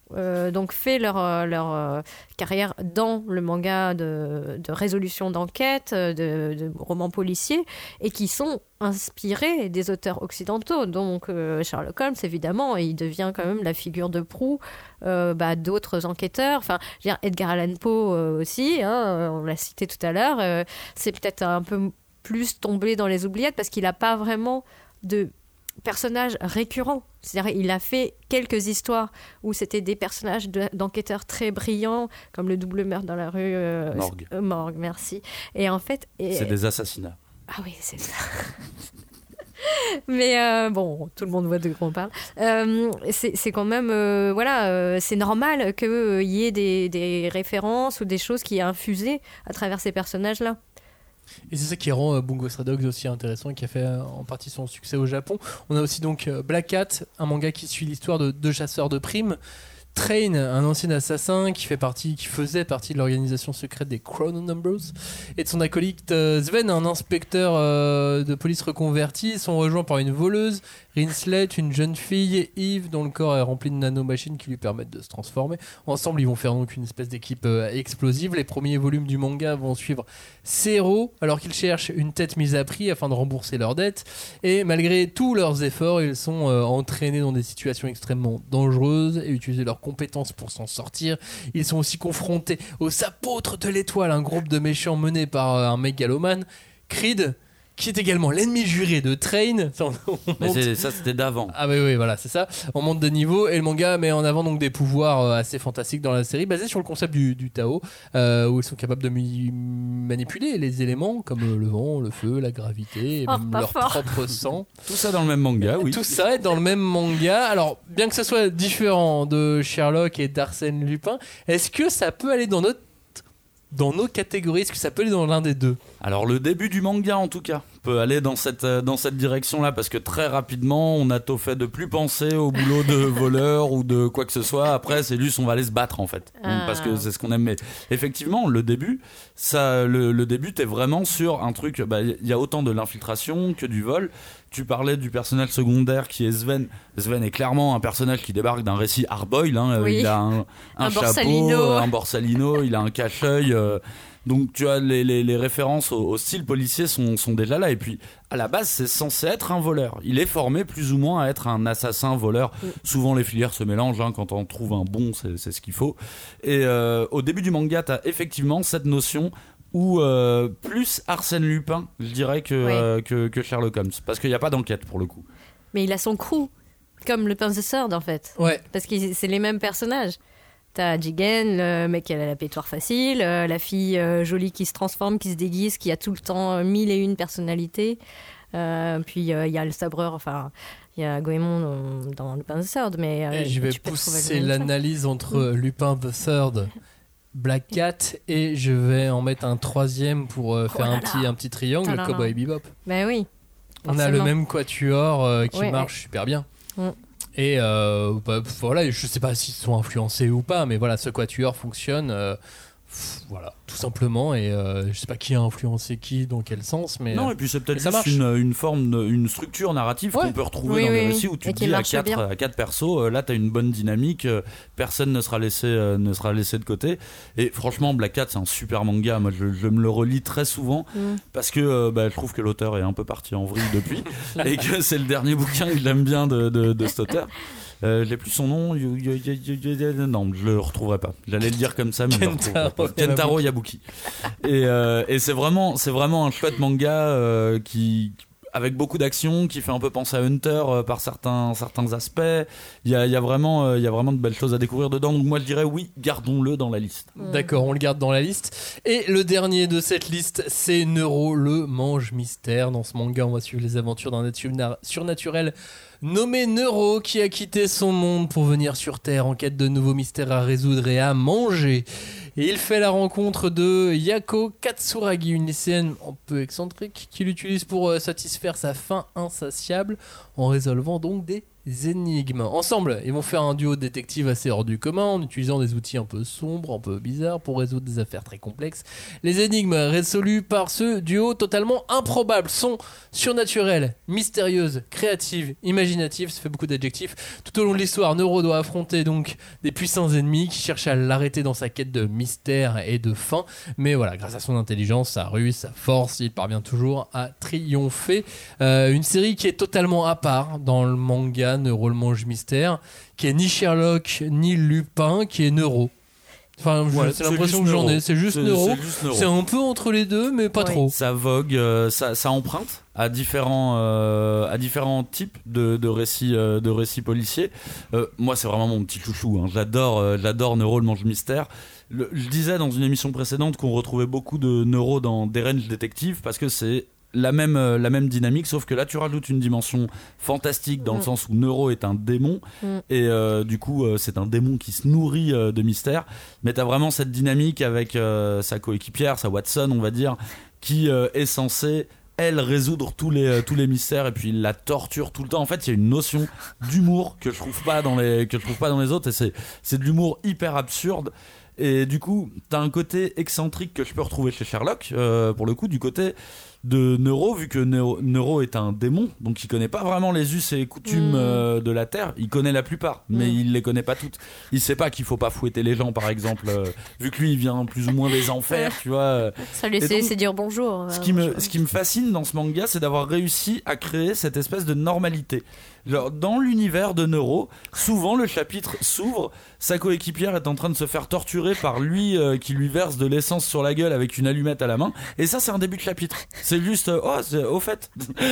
euh, donc fait leur, euh, leur euh, carrière dans le manga de, de résolution d'enquête, de, de romans policiers, et qui sont inspirés des auteurs occidentaux. Donc euh, Sherlock Holmes, évidemment, il devient quand même la figure de proue euh, bah, d'autres enquêteurs. Enfin, je veux dire, Edgar Allan Poe euh, aussi, hein, on l'a cité tout à l'heure, euh, c'est peut-être un peu plus tombé dans les oubliettes parce qu'il n'a pas vraiment de personnage récurrent. C'est-à-dire il a fait quelques histoires où c'était des personnages de, d'enquêteurs très brillants, comme le double meurtre dans la rue euh, Morgue. Euh, Morgue, merci. Et en fait... Et... C'est des assassinats. Ah oui, c'est ça. Mais euh, bon, tout le monde voit de quoi on parle. Euh, c'est, c'est quand même... Euh, voilà, euh, c'est normal qu'il euh, y ait des, des références ou des choses qui aient infusé à travers ces personnages-là. Et c'est ça qui rend euh, Bungo Stray Dogs aussi intéressant et qui a fait euh, en partie son succès au Japon. On a aussi donc euh, Black Cat, un manga qui suit l'histoire de deux chasseurs de primes. Train, un ancien assassin qui fait partie, qui faisait partie de l'organisation secrète des Chrono Numbers, et de son acolyte euh, Sven, un inspecteur euh, de police reconverti. Ils sont rejoints par une voleuse, Rinslet, une jeune fille, Eve, dont le corps est rempli de nanomachines qui lui permettent de se transformer. Ensemble, ils vont faire donc une espèce d'équipe euh, explosive. Les premiers volumes du manga vont suivre ces héros alors qu'ils cherchent une tête mise à prix afin de rembourser leurs dettes. Et malgré tous leurs efforts, ils sont euh, entraînés dans des situations extrêmement dangereuses et utilisent leurs compétences pour s'en sortir. Ils sont aussi confrontés aux apôtres de l'étoile, un groupe de méchants mené par euh, un mégalomane, Creed, qui est également l'ennemi juré de Train. Ça, on Mais monte... c'est, ça c'était d'avant. Ah oui, oui, voilà, c'est ça. On monte de niveau et le manga met en avant donc des pouvoirs euh, assez fantastiques dans la série, basés sur le concept du, du Tao, euh, où ils sont capables de mi- manipuler les éléments comme euh, le vent, le feu, la gravité, et Oh, même pas leur fort. propre sang. Tout ça dans le même manga, oui. Tout ça est dans le même manga. Alors, bien que ce soit différent de Sherlock et d'Arsène Lupin, est-ce que ça peut aller dans notre dans nos catégories? Est-ce que ça peut aller dans l'un des deux? Alors le début du manga en tout cas peut aller dans cette, euh, dans cette direction-là, parce que très rapidement on a tôt fait de plus penser au boulot de voleur ou de quoi que ce soit. Après c'est juste on va aller se battre en fait. Ah. Donc, parce que c'est ce qu'on aime. Mais effectivement le début, ça, le, le début t'es vraiment sur un truc, bah, y a autant de l'infiltration que du vol. Tu parlais du personnage secondaire qui est Sven. Sven est clairement un personnage qui débarque d'un récit hard-boiled, hein. Oui. Il a un, un, Un chapeau, borsalino. un borsalino, il a un cache-œil. euh, Donc tu as les, les, les références au, au style policier sont, sont déjà là. Et puis à la base c'est censé être un voleur. Il est formé plus ou moins à être un assassin voleur. Oui. Souvent les filières se mélangent, hein. Quand on trouve un bon c'est, c'est ce qu'il faut. Et euh, au début du manga t'as effectivement cette notion où euh, plus Arsène Lupin je dirais que, Oui. euh, que, que Sherlock Holmes, parce qu'il n'y a pas d'enquête pour le coup. Mais il a son crew, comme le Pince de Sword en fait. Ouais. Parce que c'est les mêmes personnages. T'as Jigen, le mec qui a la pétoire facile, euh, la fille euh, jolie qui se transforme, qui se déguise, qui a tout le temps euh, mille et une personnalités. Euh, puis il euh, y a le sabreur, enfin, il y a Goemon dans, dans le Pince de Sword. Mais, euh, Et je vais tu peux trouver pousser le même choix. l'analyse entre Lupin the Third, Black Cat, et je vais en mettre un troisième pour euh, faire Oh là un là. petit, un petit triangle, Oh là là. Cowboy Bebop. Ben oui. On a le forcément. même quatuor euh, qui Ouais, marche super bien. Mm. Et euh, bah, voilà, je sais pas s'ils sont influencés ou pas, mais voilà, ce quatuor fonctionne. euh, pff, voilà, tout simplement. Et euh, je sais pas qui a influencé qui, dans quel sens, mais Non, euh, et puis c'est peut-être mais ça juste marche. une, une forme, de- une structure narrative Ouais. qu'on peut retrouver Oui, dans oui, les oui. récits où tu Et te qui dis à marche quatre, bien. à quatre persos, euh, là t'as une bonne dynamique, euh, personne ne sera laissé, euh, ne sera laissé de côté. Et franchement, Black Cat c'est un super manga. Moi je, je me le relis très souvent Mm. parce que euh, bah, je trouve que l'auteur est un peu parti en vrille depuis et que c'est le dernier bouquin que j'aime bien de, de, de cet auteur. Euh, j'ai plus son nom. y- y- y- y- y- Non, je le retrouverai pas. J'allais le dire comme ça, mais je le retrouverai Kentaro pas. Kentaro Yabuki. Et, euh, et c'est vraiment, c'est vraiment un chouette manga euh, qui, avec beaucoup d'action, qui fait un peu penser à Hunter euh, par certains, certains aspects. Il y a, il y a vraiment, euh, il y a vraiment de belles choses à découvrir dedans. Donc moi je dirais oui, gardons-le dans la liste. d'accord, on le garde dans la liste. Et le dernier de cette liste, c'est Neuro, le mange mystère. Dans ce manga, on va suivre les aventures d'un être surna- surnaturel nommé Neuro, qui a quitté son monde pour venir sur Terre en quête de nouveaux mystères à résoudre et à manger. Et il fait la rencontre de Yako Katsuragi, une lycéenne un peu excentrique, qui l'utilise pour euh, satisfaire sa faim insatiable en résolvant donc des énigmes. Ensemble, ils vont faire un duo détective assez hors du commun en utilisant des outils un peu sombres, un peu bizarres pour résoudre des affaires très complexes. Les énigmes résolues par ce duo totalement improbable sont surnaturelles, mystérieuses, créatives, imaginatives, ça fait beaucoup d'adjectifs. Tout au long de l'histoire, Nero doit affronter donc des puissants ennemis qui cherchent à l'arrêter dans sa quête de mystère et de fin. Mais voilà, grâce à son intelligence, sa ruse, sa force, il parvient toujours à triompher. Euh, une série qui est totalement à part dans le manga Nero le mange mystère, qui est ni Sherlock ni Lupin, qui est Nero. Enfin, Ouais, c'est c'est l'impression juste que j'en Nero. ai. C'est juste C'est- Nero. c'est juste Nero. C'est un peu entre les deux, mais pas Ouais. trop. Ça vogue, euh, ça, ça emprunte à différents, euh, à différents types de, de récits, euh, de récits policiers. Euh, moi, c'est vraiment mon petit chouchou. Hein. J'adore, euh, j'adore Nero le mange mystère. Le, je disais dans une émission précédente qu'on retrouvait beaucoup de Nero dans Deranged Detective parce que c'est la même, euh, la même dynamique, sauf que là tu rajoutes une dimension fantastique dans Mm. le sens où Nero est un démon Mm. et euh, du coup euh, c'est un démon qui se nourrit euh, de mystère, mais t'as vraiment cette dynamique avec euh, sa coéquipière, sa Watson on va dire, qui euh, est censée elle résoudre tous les, euh, tous les mystères et puis il la torture tout le temps. En fait il y a une notion d'humour que je trouve pas dans les, que je trouve pas dans les autres et c'est, c'est de l'humour hyper absurde. Et du coup, t'as un côté excentrique que je peux retrouver chez Sherlock, euh, pour le coup, du côté de Nero, vu que Nero, Nero est un démon, donc il connaît pas vraiment les us et coutumes Mm. euh, de la Terre. Il connaît la plupart, mais Mm. il les connaît pas toutes. Il sait pas qu'il faut pas fouetter les gens, par exemple, euh, vu que lui, il vient plus ou moins des enfers, tu vois. euh. Ça lui Et c'est donc, c'est dire bonjour. Ce euh, qui, me, bonjour. ce qui me fascine dans ce manga, c'est d'avoir réussi à créer cette espèce de normalité. Genre, dans l'univers de Nero, souvent le chapitre s'ouvre, sa coéquipière est en train de se faire torturer par lui euh, qui lui verse de l'essence sur la gueule avec une allumette à la main. Et ça, c'est un début de chapitre. C'est juste, euh, oh, c'est- au fait,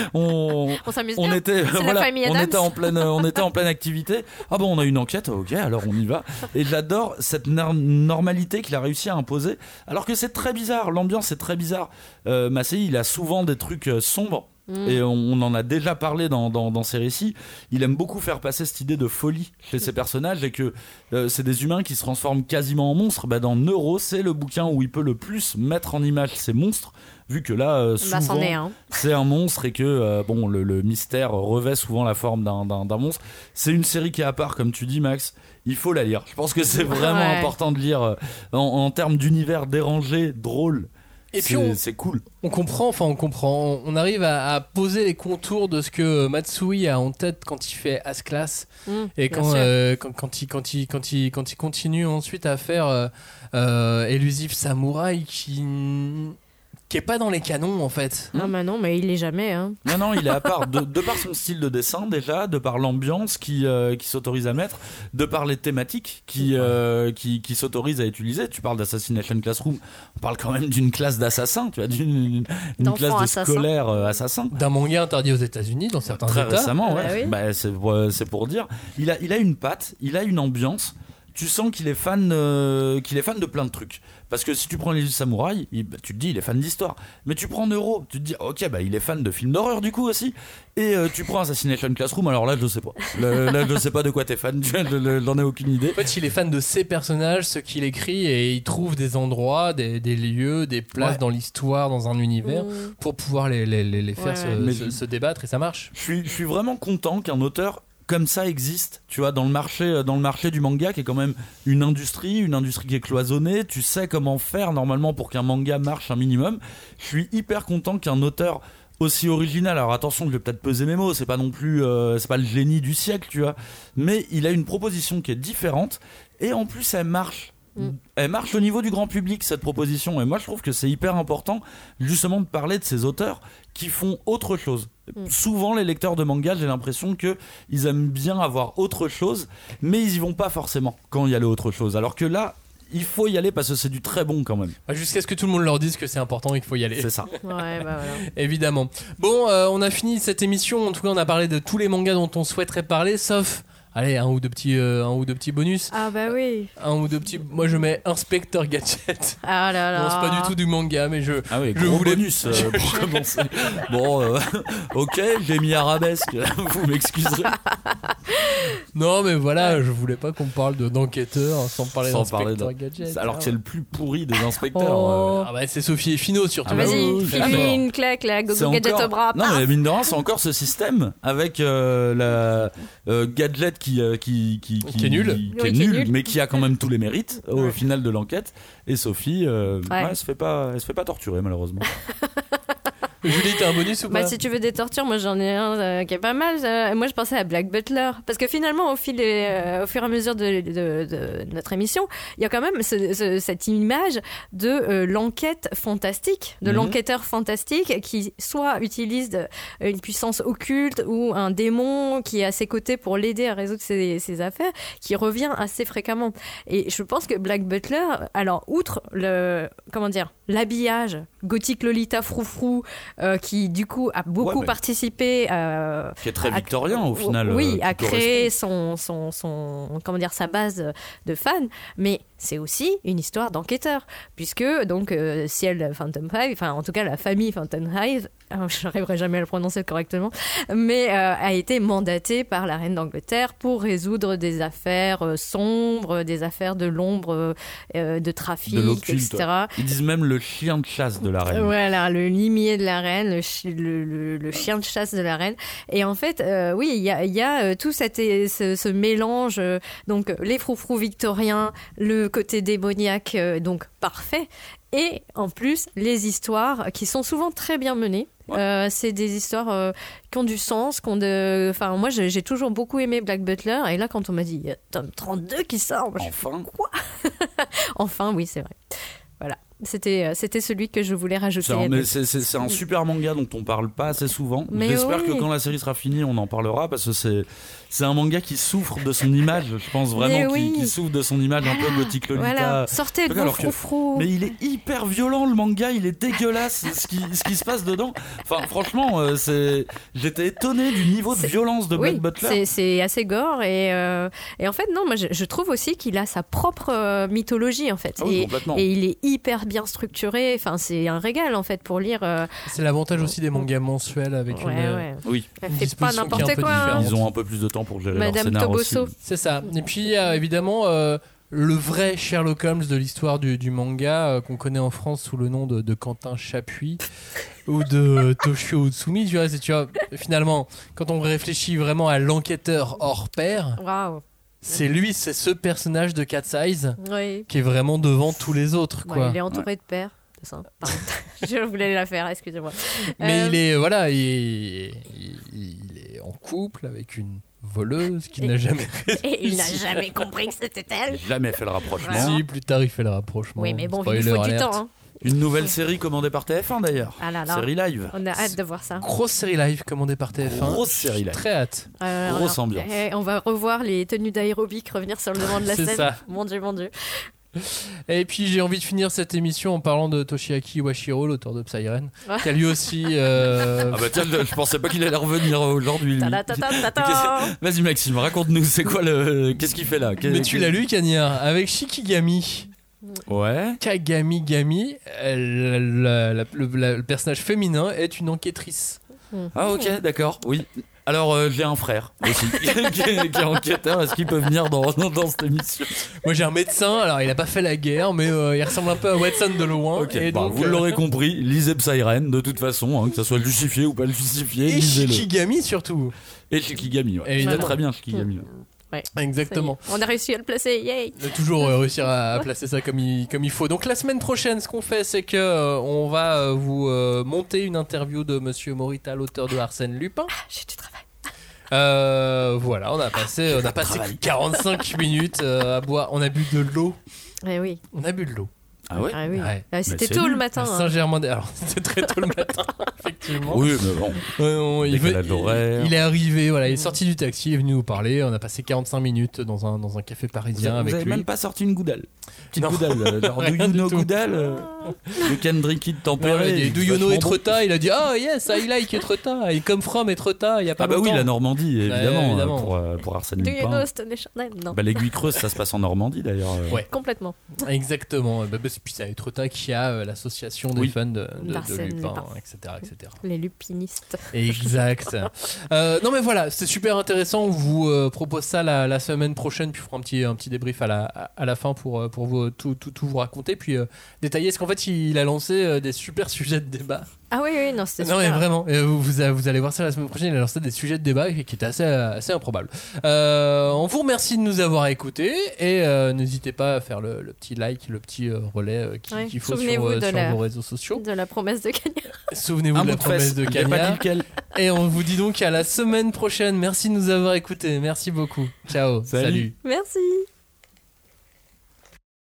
on, On s'amuse on bien. était, C'est la voilà, famille on Addams. était en pleine, on était en pleine activité. Ah bon, on a une enquête, ok, alors on y va. Et j'adore cette nor- normalité qu'il a réussi à imposer, alors que c'est très bizarre. L'ambiance est très bizarre. Euh, Massey, il a souvent des trucs euh, sombres. Mm. Et on, on en a déjà parlé dans, dans, dans ses récits. Il aime beaucoup faire passer cette idée de folie chez ses personnages et que euh, c'est des humains qui se transforment quasiment en monstres. Bah, dans Nero, c'est le bouquin où il peut le plus mettre en image ces monstres, vu que là, euh, Bah, c'en souvent, est un. c'est un monstre et que euh, bon, le, le mystère revêt souvent la forme d'un, d'un, d'un monstre. C'est une série qui est à part, comme tu dis, Max. Il faut la lire. Je pense que c'est vraiment Ouais. important de lire euh, en, en termes d'univers dérangé, drôle. Et c'est, puis on, c'est cool. on comprend, enfin on comprend, on arrive à, à poser les contours de ce que Matsui a en tête quand il fait As-Class Mm, et bien quand, sûr. euh, quand, quand, il, quand, il, quand, il, quand il continue ensuite à faire euh, euh, Elusive Samurai qui, qui est pas dans les canons en fait. Ah bah non, mais il est jamais. Hein. Non, non, il est à part. De, de par son style de dessin, déjà, de par l'ambiance qui, euh, qui s'autorise à mettre, de par les thématiques qui, euh, qui, qui s'autorise à utiliser. Tu parles d'Assassination Classroom, on parle quand même d'une classe d'assassins, tu vois, d'une une, une D'enfants classe de assassins. scolaires euh, assassins. D'un manga interdit aux États-Unis dans certains Très États. récemment, ouais. Ah bah oui. Bah, c'est, pour- c'est pour dire. Il a, il a une patte, il a une ambiance. Tu sens qu'il est fan, euh, qu'il est fan de plein de trucs. Parce que si tu prends les samouraïs, il- bah, tu te dis il est fan d'histoire. Mais tu prends Nero, tu te dis ok bah il est fan de films d'horreur du coup aussi. Et euh, tu prends Assassination Classroom, alors là je sais pas. Là, là, je sais pas de quoi t'es fan, je- je- j'en ai aucune idée. En fait, il est fan de ses personnages, ce qu'il écrit, et il trouve des endroits, des, des lieux, des places Ouais. dans l'histoire, dans un univers, Mm. pour pouvoir les, les, les, les faire Ouais, se, ouais. Mais se- je- se débattre, et ça marche. Je suis, je suis vraiment content qu'un auteur comme ça existe, tu vois, dans le marché, dans le marché du manga, qui est quand même une industrie, une industrie qui est cloisonnée. Tu sais comment faire normalement pour qu'un manga marche un minimum. Je suis hyper content qu'un auteur aussi original. Alors attention, je vais peut-être peser mes mots. C'est pas non plus, euh, c'est pas le génie du siècle, tu vois. Mais il a une proposition qui est différente et en plus elle marche. Mm. Elle marche au niveau du grand public, cette proposition, et moi je trouve que c'est hyper important justement de parler de ces auteurs qui font autre chose. Mm. Souvent les lecteurs de manga, j'ai l'impression que ils aiment bien avoir autre chose, mais ils y vont pas forcément quand il y a le autre chose, alors que là il faut y aller parce que c'est du très bon quand même. Jusqu'à ce que tout le monde leur dise que c'est important et qu'il faut y aller. C'est ça. Ouais, bah voilà. Évidemment. Bon, euh, on a fini cette émission. En tout cas, on a parlé de tous les mangas dont on souhaiterait parler, sauf, allez, un ou deux petits, euh, un ou deux petits bonus. Ah bah oui. Un ou deux petits. Moi, je mets Inspector Gadget. Ah là là. Non, c'est pas du tout du manga, mais je. Ah oui, Je gros voulais- bonus euh, pour commencer. Bon, euh, ok, j'ai mis arabesque, vous m'excuserez. Non, mais voilà, je voulais pas qu'on parle de, d'enquêteur sans parler Sans d'inspecteur parler de- Gadget. Alors que c'est le plus pourri des inspecteurs. Oh. euh. Ah bah c'est Sophie et Fino surtout. Ah bah Vas-y, oui, file-lui d'accord. une claque, la C'est Gogo Gadget encore- au bras. Non, paf. mais mine de rien, c'est encore ce système avec euh, la euh, Gadget qui, euh, qui, qui, Qui est nul. qui Oui, est qui est nul, nul. mais qui a quand même tous les mérites au Ouais. final de l'enquête. Et Sophie, euh, Ouais. ouais, elle se fait pas, elle se fait pas torturer malheureusement. Julie, t'as un bonus ou pas? Bah, si tu veux des tortures, moi j'en ai un euh, qui est pas mal. Euh, moi je pensais à Black Butler. Parce que finalement, au, fil des- euh, au fur et à mesure de, de- de notre émission, il y a quand même ce- ce- cette image de euh, l'enquête fantastique, de Mhm. l'enquêteur fantastique qui soit utilise de- une puissance occulte ou un démon qui est à ses côtés pour l'aider à résoudre ses, ses affaires, qui revient assez fréquemment. Et je pense que Black Butler, alors outre le, comment dire, l'habillage gothique Lolita froufrou, euh, qui du coup a beaucoup Ouais, mais- participé euh, Qui est très à- victorien au final. oui, euh, à qui créer son, son, son, comment dire, sa base de fans, mais c'est aussi une histoire d'enquêteur, puisque donc euh, Ciel Phantom Hive, enfin en tout cas la famille Phantom Hive, euh, je n'arriverai jamais à le prononcer correctement, mais euh, a été mandatée par la reine d'Angleterre pour résoudre des affaires euh, sombres, des affaires de l'ombre, euh, de trafic, De l'occulte. et cetera. Ils disent même le chien de chasse de la reine. Voilà, le limier de la reine, le, chi- le, le- le chien de chasse de la reine. Et en fait, euh, oui, il y a, il y a euh, tout cet, ce, ce mélange, euh, donc euh, les froufrous victoriens, le côté démoniaque, euh, donc parfait. Et en plus, les histoires qui sont souvent très bien menées. Ouais. Euh, c'est des histoires euh, qui ont du sens, qui ont de... Enfin, moi, j'ai j'ai toujours beaucoup aimé Black Butler. Et là, quand on m'a dit, il y a tome trente-deux qui sort, moi, je fais, Enfin. quoi Enfin, oui, c'est vrai. Voilà. C'était, euh, c'était celui que je voulais rajouter. C'est un, mais c'est, c'est- c'est un super manga dont on parle pas assez souvent. Mais J'espère oui. que quand la série sera finie, on en parlera parce que c'est, c'est un manga qui souffre de son image. Je pense vraiment Mais qui, oui. qui souffre de son image un peu gothique Lolita. Voilà, sortez de vos Alors que- froufrous. Mais il est hyper violent le manga, il est dégueulasse ce qui, ce qui se passe dedans. Enfin, franchement, euh, c'est... j'étais étonné du niveau de C'est- violence de Oui, Black Butler. c'est, c'est assez gore et, euh, et en fait non, moi je, je trouve aussi qu'il a sa propre euh, mythologie en fait Ah oui, et, complètement. et il est hyper bien structuré. Enfin c'est un régal en fait pour lire. euh, C'est l'avantage aussi des mangas mensuels avec ouais, une. ouais. Oui, Elle une fait pas disposition qui est n'importe un peu quoi. hein. différente. ils ont un peu plus de temps pour gérer leur Madame scénar Toboso. aussi. C'est ça. Et puis il y a évidemment euh, le vrai Sherlock Holmes de l'histoire du, du manga euh, qu'on connaît en France sous le nom de, de Quentin Chapuis ou de Toshio Utsumi. Tu vois, c'est, tu vois, finalement, quand on réfléchit vraiment à l'enquêteur hors pair, Waouh. c'est lui, c'est ce personnage de Cat's Eyes Oui. qui est vraiment devant tous les autres, Ouais, quoi. il est entouré de pères. C'est ça. Pardon. Je voulais la faire. Excusez-moi. Mais Euh, il est voilà, il, il- il est en couple avec une voleuse qui n'a jamais Et il n'a jamais compris que c'était elle. Jamais fait le rapprochement. Si, plus tard il fait le rapprochement. Oui, mais bon, il Spoiler lui faut du alert. temps. Hein. Une nouvelle série commandée par T F un d'ailleurs. Ah là là. Série live. On a hâte de voir ça. Grosse série live commandée par T F un. Grosse série live. Très hâte. Euh, Grosse alors, ambiance. eh, on va revoir les tenues d'aérobic revenir sur le devant de la C'est scène. ça. Mon Dieu, mon Dieu. Et puis j'ai envie de finir cette émission en parlant de Toshiaki Iwashiro, l'auteur de Psyren, Ouais. qui a lui aussi. euh, Ah bah tiens, je je pensais pas qu'il allait revenir aujourd'hui. lui. Ta-da-ta-ta-ta-ta. Qu'est-ce- Vas-y Maxime, raconte-nous, c'est quoi le... Qu'est-ce qu'il fait là? Qu'est- Mais tu l'as lu, Cagnard, avec Shikigami. Ouais. Kagami Gami, elle- la- la- le, la- le personnage féminin est une enquêtrice. Ah ok, d'accord, oui. Alors euh, j'ai un frère aussi qui, est, qui est enquêteur, est-ce qu'il peut venir dans, dans, dans cette émission? Moi j'ai un médecin, alors il a pas fait la guerre, mais euh, il ressemble un peu à Watson de loin. Ok, et bah, donc, vous euh, l'aurez compris, lisez Psyren de toute façon, hein, que ça soit justifié ou pas justifié, Et lisez-le. Shikigami surtout. Et Shikigami, ouais. Évidemment. C'est très bien Shikigami. ouais. Ouais. Exactement. Ça y est, On a réussi à le placer, yay! On a toujours euh, réussir à, à placer ça comme il, comme il faut. Donc la semaine prochaine, ce qu'on fait, c'est que euh, on va euh, vous euh, monter une interview de Monsieur Morita, l'auteur de Arsène Lupin. Ah, j'ai du travail. Euh, voilà, on a passé, on a passé quarante-cinq minutes euh, à boire. On a bu de l'eau. Eh oui. On a bu de l'eau. Ah ouais? Ah oui. Ouais. Ah, c'était c'est tôt nul. le matin. À hein. Saint-Germain-des. Alors c'était très tôt le matin, effectivement. Oui, mais bon. Ouais, on- il, veut- Décalage d'horaire. il est arrivé, voilà, il est sorti du taxi, il est venu nous parler. On a passé quarante-cinq minutes dans un, dans un café Vous parisien avez, avec vous avez lui. même pas sorti une goudale. Petite Non. goudale, euh, genre do Rien you du know tout. goudale euh, You can drink it Ouais, tempéré. ouais, Do you know Etretat? Il a dit ah yes, I like Etretat. I come from Etretat. Il y a pas Ah bah oui, longtemps. la Normandie, Ouais, évidemment, évidemment. euh, Pour, euh, pour Arsène Do you Lupin. know Stone Chandelle? Non. Bah, l'aiguille creuse, ça se passe en Normandie d'ailleurs. euh. Ouais. Complètement. Exactement. Bah, bah, c'est- puis c'est à Etretat qu'il y a euh, l'association des Oui. fans de, de, de D'Arsène Lupin, Lupin. et cetera, et cetera. Les lupinistes. Exact. euh, non mais voilà, c'est super intéressant. On vous euh, propose ça la, la semaine prochaine, puis on fera un petit, un petit débrief à la, à la fin pour, pour vous, tout, tout, tout vous raconter, puis euh, détailler. Parce qu'en fait, il a lancé euh, des super sujets de débat. Ah oui, oui, non, c'était Non super. mais vraiment, euh, vous, vous, vous allez voir ça la semaine prochaine. Il a lancé des sujets de débat qui étaient assez, assez improbables. Euh, on vous remercie de nous avoir écoutés et euh, n'hésitez pas à faire le, le petit like, le petit euh, relais euh, qu'il, Ouais. qu'il faut sur, Souvenez-vous euh, de sur la- vos réseaux sociaux. De la promesse de Cagnard. Souvenez-vous Un de la bout de promesse fesse, de il a pas dit Cagnard. lequel. Et on vous dit donc à la semaine prochaine. Merci de nous avoir écoutés. Merci beaucoup. Ciao. Salut. Salut. Merci.